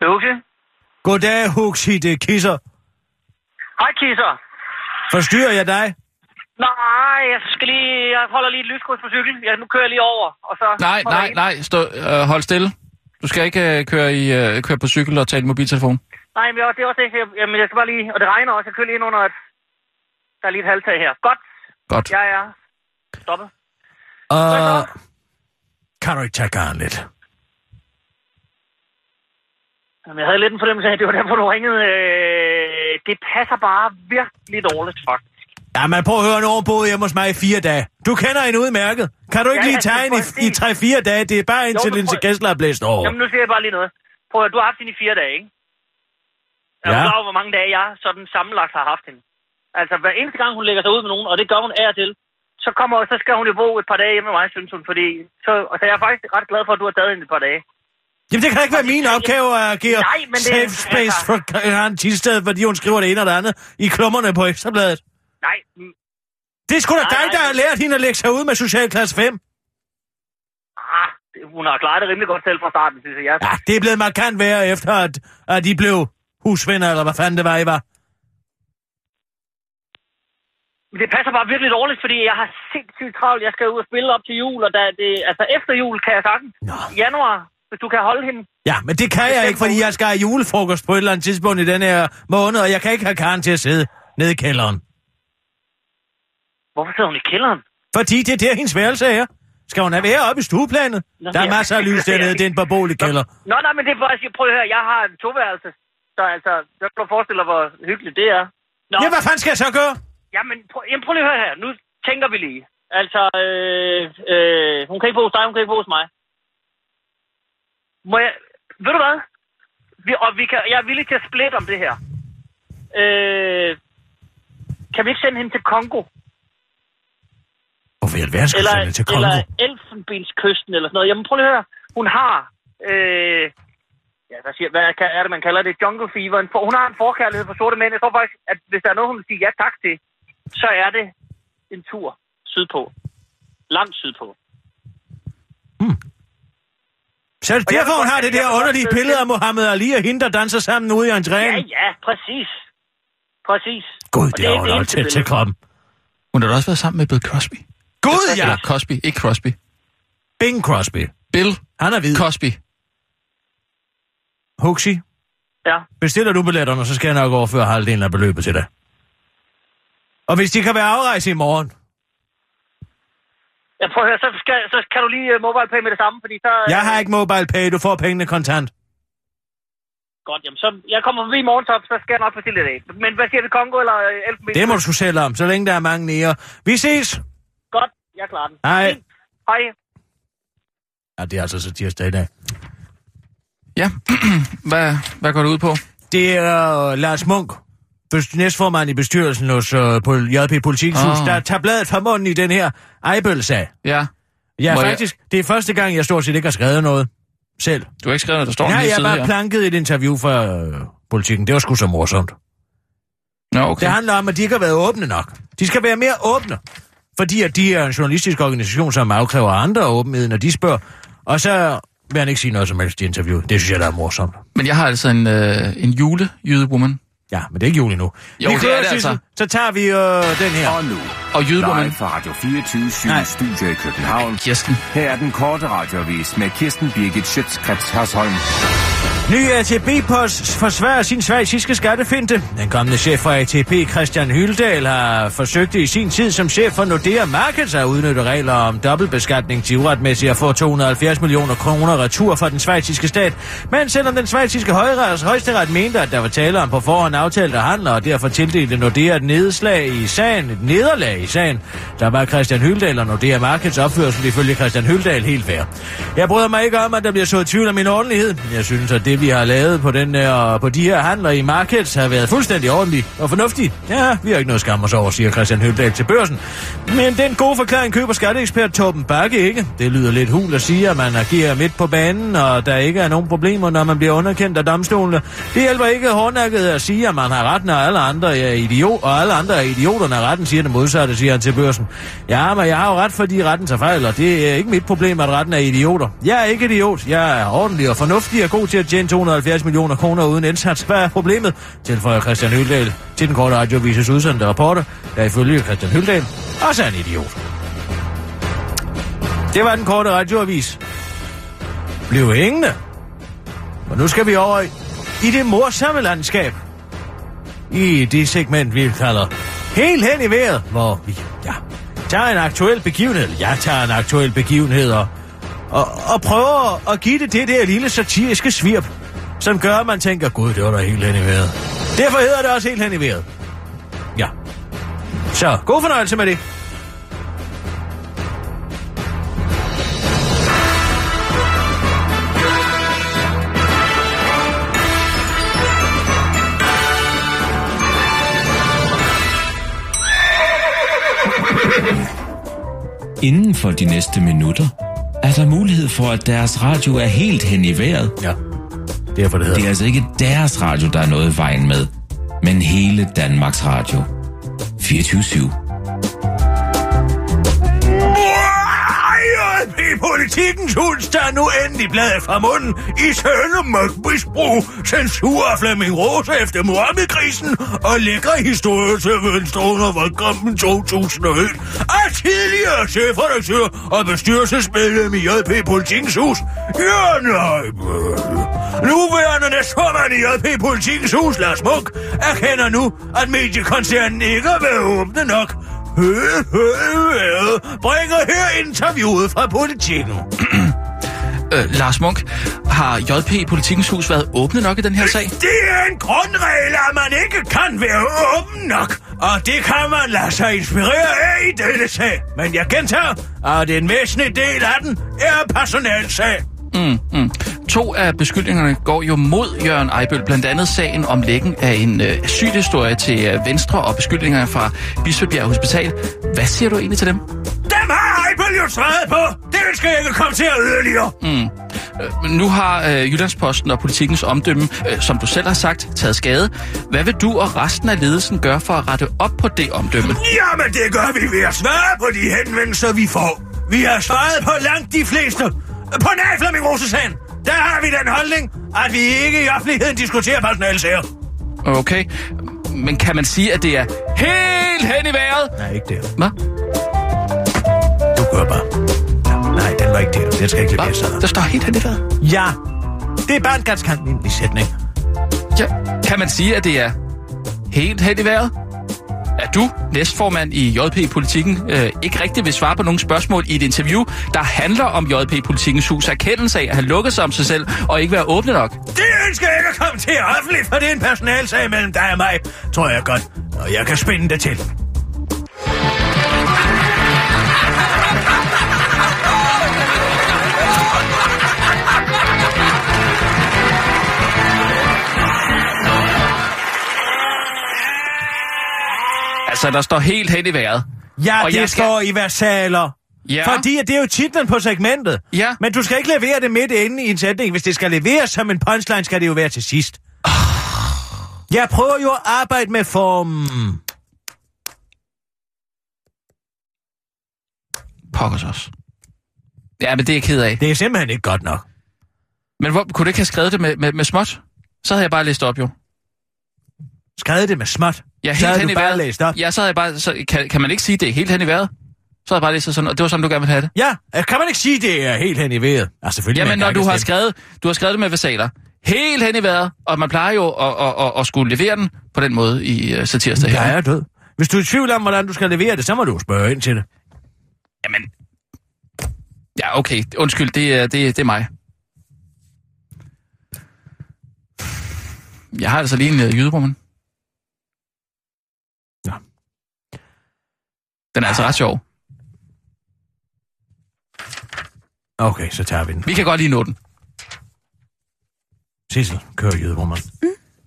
Det er Huxi. Goddag, Huxi, det er Kisser. Hej, Kisser. Forstyrrer jeg dig? Nej, jeg skal lige... Jeg holder lige et lyskryds på cykel. Ja, nu kører jeg lige over, og så... Nej, nej, nej. Stå, øh, hold stille. Du skal ikke øh, køre, i, øh, køre på cykel og tage en mobiltelefon. Nej, men det er også det. Jeg, jamen, jeg skal bare lige... Og det regner også. Jeg kører lige ind under et... Der er lige et halvtag her. Godt. Godt. Ja, ja. Stoppet. Uh, kan du ikke tage garn lidt? Jamen, jeg havde lidt en fornemmelse af, at det var derfor, du ringede. Øh, det passer bare virkelig dårligt, faktisk. Ja, men prøv at høre en overbåd hjemme hos mig i fire dage. Du kender en udmærket. Kan du ikke ja, lige tage en i, i tre-fire dage? Det er bare indtil Linse Gessler er blæst over. Jamen, nu siger jeg bare lige noget. Prøv at du har haft hende i fire dage, ikke? Jeg er ja. klar over, hvor mange dage jeg sådan sammenlagt har haft hende. Altså, hver eneste gang, hun lægger sig ud med nogen, og det gør hun af og til, så, kommer, så skal hun jo bo et par dage hjemme med mig, synes hun, fordi... Så, altså, jeg er faktisk ret glad for, at du har taget hende et par dage. Jamen, det kan ikke være min opgave at agere Nej, men det, safe space altså... for Karen Thisted, fordi hun skriver det ene og det andet i klummerne på Ekstrabladet. Nej. Det er sgu da dig, der har lært hende at lægge sig ud med socialklasse fem. Ah, hun har klaret det rimelig godt selv fra starten, synes jeg. Ja, det er blevet markant værre efter, at, at de blev husvenner, eller hvad fanden det var, I var. Men det passer bare virkelig dårligt, fordi jeg har sindssygt travlt. Jeg skal ud og spille op til jul, og der, det, altså efter jul kan jeg sagtens. I januar, hvis du kan holde hende. Ja, men det kan jeg ikke, fordi jeg skal have julefrokost på et eller andet tidspunkt i den her måned, og jeg kan ikke have Karen til at sidde nede i kælderen. Hvorfor sidder hun i kælderen? Fordi det er der, hendes værelse er. Skal hun have været oppe i stueplanet? Nå, der er masser af lys dernede, det er en barbolig kælder. Nå, nej, men det er bare, jeg prøv at høre, jeg har en toværelse. Så altså, jeg kan forestille dig, hvor hyggeligt det er. Nå. Ja, hvad fanden skal jeg så gøre? Jamen, prøv, jamen, prøv lige at høre her. Nu tænker vi lige. Altså, øh, øh, hun kan ikke bo hos dig, hun kan ikke bo hos mig. Må jeg... Ved du hvad? Vi, og vi kan, jeg er villig til at splitte om det her. Øh, kan vi ikke sende hende til Kongo? Hvorfor i alverden skal eller, sende til Kongo? Eller Elfenbenskysten eller sådan noget. Jamen prøv lige at høre. Hun har... Øh, ja, hvad, siger, hvad er det, man kalder det? Jungle fever. En for, hun har en forkærlighed for sorte mænd. Jeg tror faktisk, at hvis der er noget, hun vil sige ja tak til, så er det en tur sydpå. Langt sydpå. Hmm. Så er det og derfor, hun har det der underlige billede af Muhammad Ali og hende, der danser sammen ude i entréen? Ja, ja, præcis. Præcis. Gud, det er jo tæt til kroppen. Hun har da også været sammen med Bill Cosby. Gud, ja! Eller Cosby, ikke Crosby. Bing Crosby. Bill Han er hvid. Cosby. Huxi? Ja? Bestiller du billetterne, så skal jeg nok overføre halvdelen af beløbet til dig. Og hvis de kan være afrejse i morgen... Ja, prøv at høre, så, skal, så kan du lige uh, mobile pay med det samme, fordi så... Jeg har ikke mobile pay, du får pengene kontant. Godt, jamen så... Jeg kommer forbi i morgen, så, så skal jeg nok bestille det af. Men hvad siger vi, Kongo eller uh, Elfenben? Det må du sgu selv om, så længe der er mange nære. Vi ses! Godt, jeg klarer den. Hej. Hej. Ja, det er altså så tirsdag i dag. Ja, hvad, hvad går det ud på? Det er uh, Lars Munk, næstformand i bestyrelsen hos uh, J P Politikens Hus, oh. der tager bladet fra munden i den her Ejbøl-sag. Ja. Ja, Må faktisk, jeg... det er første gang, jeg stort set ikke har skrevet noget selv. Du har ikke skrevet noget, der står Nej, en jeg har bare her. planket et interview fra uh, Politikken. Det var sgu så morsomt. Nå, okay. Det handler om, at de ikke har været åbne nok. De skal være mere åbne. Fordi at de er en journalistisk organisation, som afkræver andre åbenhed, når de spørger. Og så vil han ikke sige noget som helst i interviewet. Det synes jeg, der er morsomt. Men jeg har altså en, øh, en jule-jydewoman. Ja, men det er ikke jul endnu. Jo, vi det er det altså. Så tager vi øh, den her. Og nu, og jydewoman. live fra Radio fireogtyve syv Studio i København. Kirsten. Her er den korte radioavis med Kirsten Birgit Schøtzgrads Hasholm. Ny A T P-post forsvarer sin schweiziske skattefinte. Den kommende chef for A T P, Christian Hyldal, har forsøgt i sin tid som chef for Nordea Markets at udnytte regler om dobbeltbeskatning til uretmæssigt at få to hundrede og halvfjerds millioner kroner retur fra den schweiziske stat. Men selvom den schweiziske højesteret mente, at der var tale om på forhånd aftalte handler, og derfor tildelte Nordea et nedslag i sagen, et nederlag i sagen, der var Christian Hyldal og Nordea Markets opførsel ifølge Christian Hyldal helt fair. Jeg bryder mig ikke om, at der bliver sået tvivl om min ordentlighed. Jeg synes, at det vi har lavet på, den her, på de her handler i Markets har været fuldstændig ordentligt og fornuftigt. Ja, vi har ikke noget skam os over, siger Christian Hyldal til Børsen. Men den gode forklaring køber skatteekspert Torben Bakke ikke. Det lyder lidt hul at sige, at man agerer midt på banen, og der ikke er nogen problemer, når man bliver underkendt af domstolene. Det hjælper ikke hårdnakket at sige, at man har ret, når alle andre er idiot, og alle andre er idioter, når retten siger det modsatte, siger han til Børsen. Ja, men jeg har jo ret, fordi retten tager fejl, og det er ikke mit problem, at retten er idioter. Jeg er ikke idiot. Jeg er ordentlig og fornuftig og god til at tjene ind to hundrede og halvfjerds millioner kroner uden indsats. Hvad er problemet? Tilføjer Christian Hyldal til den korte radioavises udsendte rapporter, der ifølge Christian Hyldal også er en idiot. Det var den korte radioavis. Bliv hængende. Og nu skal vi over i det morsomme landskab. I det segment, vi kalder Helt hen i vejret, hvor vi ja, tager en aktuel begivenhed. Jeg tager en aktuel begivenhed og, og, og prøver at give det det der lille satiriske svirp, som gør, at man tænker, gud, det var da helt hen i vejret. Derfor hedder det også Helt hen i vejret. Ja. Så, god fornøjelse med det. Inden for de næste minutter er der mulighed for, at deres radio er helt hen i vejret. Ja, derfor det hedder. Det er altså ikke deres radio, der er noget i vejen med, men hele Danmarks Radio. fireogtyve syv. Politikens hus, der nu endelig bladet fra munden i tønde magtmisbrug, censur af Flemming Rose efter Muhammed-krisen og lækre historier til Venstre under valgkampen to tusind og et af tidligere chefredaktør og bestyrelsesmedlem i J P Politikens hus, Jørgen Ejbøl. Nuværende næstformand i J P Politikens hus, Lars Munch, erkender nu, at mediekoncernen ikke har været åbne nok. Hø, hø, hø, bringer her interviewet fra Politikken. øh, Lars Munch, har J P Politikens hus været åbne nok i den her sag? Det er en grundregel, at man ikke kan være åben nok. Og det kan man lade sig inspirere af i denne sag. Men jeg gentager, at en væsentlig del af den er personalsag. Mm, mm. To af beskyldningerne går jo mod Jørgen Ejbøl, blandt andet sagen om lækken af en øh, asylhistorie til øh, Venstre og beskyldningerne fra Bispebjerg Hospital. Hvad siger du egentlig til dem? Dem har Ejbøl jo svaret på! Det skal jeg ikke komme til at yderligere! Mm. Øh, nu har øh, Jyllandsposten og Politikens omdømme, øh, som du selv har sagt, taget skade. Hvad vil du og resten af ledelsen gøre for at rette op på det omdømme? Jamen, det gør vi ved at svare på de henvendelser, vi får. Vi har svaret på langt de fleste. På nær Flemming Rose-sagen, der har vi den holdning, at vi ikke i offentligheden diskuterer personalsager. Okay, men kan man sige, at det er helt hen i vejret? Nej, ikke det. Hvad? Du gør bare. Ja, nej, den var ikke der. Den skal ikke levere sig. Der står helt hen i vejret? Ja, det er bare en ganske almindelig sætning. Ja, kan man sige, at det er helt hen i vejret? Er du, næstformand i J P Politikken, øh, ikke rigtig vil svare på nogle spørgsmål i et interview, der handler om J P Politikens hus erkendelse af at have lukket sig om sig selv og ikke være åbne nok? Det ønsker jeg ikke at komme til offentligt, for det er en personalsag mellem dig og mig, tror jeg godt, og jeg kan spænde det til. Altså, der står helt hen i vejret. Ja, og det jeg skal... står i versaler. Ja. Fordi det er jo titlen på segmentet. Ja. Men du skal ikke levere det midt inde i en sætning. Hvis det skal leveres som en punchline, skal det jo være til sidst. Oh. Jeg prøver jo at arbejde med formen. Pokkers os. Ja, men det er jeg ked af. Det er simpelthen ikke godt nok. Men hvor, kunne du ikke have skrevet det med, med, med småt? Så havde jeg bare læst op, jo. Skrevet det med småt? Ja, helt hen i vejret. Læst op. Ja, så havde jeg bare... Så, kan, kan man ikke sige, det er helt hen i vejret? Så havde jeg bare læst sådan, og det var sådan, du gerne ville have det. Ja, kan man ikke sige, det er helt hen i vejret? Ja, selvfølgelig. Jamen, når du har, skrevet, du har skrevet det med versaler. Helt hen i vejret, og man plejer jo at, at, at, at skulle levere den på den måde i uh, satirsdag her. Jeg er død. Hvis du er i tvivl om, hvordan du skal levere det, så må du spørge ind til det. Jamen... Ja, okay. Undskyld, det er, det, det er mig. Jeg har altså lige en uh, jydebrummen. Ja. Den er altså ret sjov. Okay, så tager vi den. Vi kan godt lige nå den. Sissel, kør jydebrummen. Mm.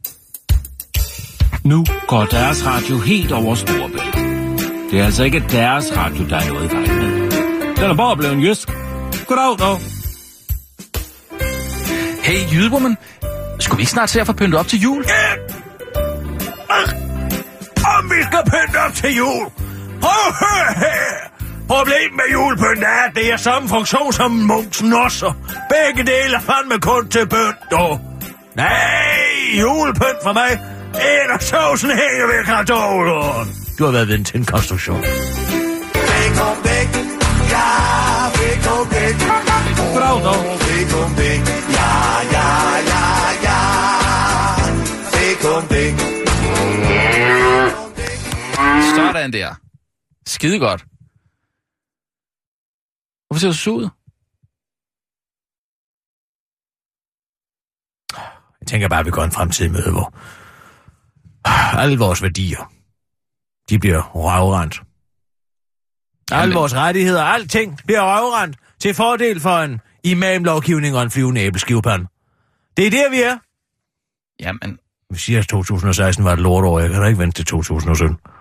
Nu går deres radio helt over Storebælt. Det er altså ikke deres radio, der er noget i vejen med. Den er bare blevet en jysk. Goddag, dog. Hey, jydebrummen. Skulle vi ikke snart se at få pyntet op til jul? Ja. Om vi skal pynte op til jul? Prøv at høre her. Problemet med julepynt er, at det er samme funktion som Munchs nosser. Begge dele er fandme kun til pynt, dog. Nej, julepynt for mig. En af sovsen hænger ved kartoflen. Du har været ved en tændkonstruktion. Væk om væk, ja, væk om væk. Goddag, dog. Væk om væk, ja, ja, ja, ja. Væk om væk. Sådan der. Skide godt. Hvorfor ser du så ud? Jeg tænker bare, at vi går en fremtidig møde, hvor alle vores værdier, de bliver røvrendt. Alle vores rettigheder, alting bliver røvrendt til fordel for en imamlovgivning og en flyvende æbleskivepande. Det er der, vi er. Jamen. Vi siger, at to tusind og seksten var et lortår. Jeg kan da ikke vente til to tusind og sytten.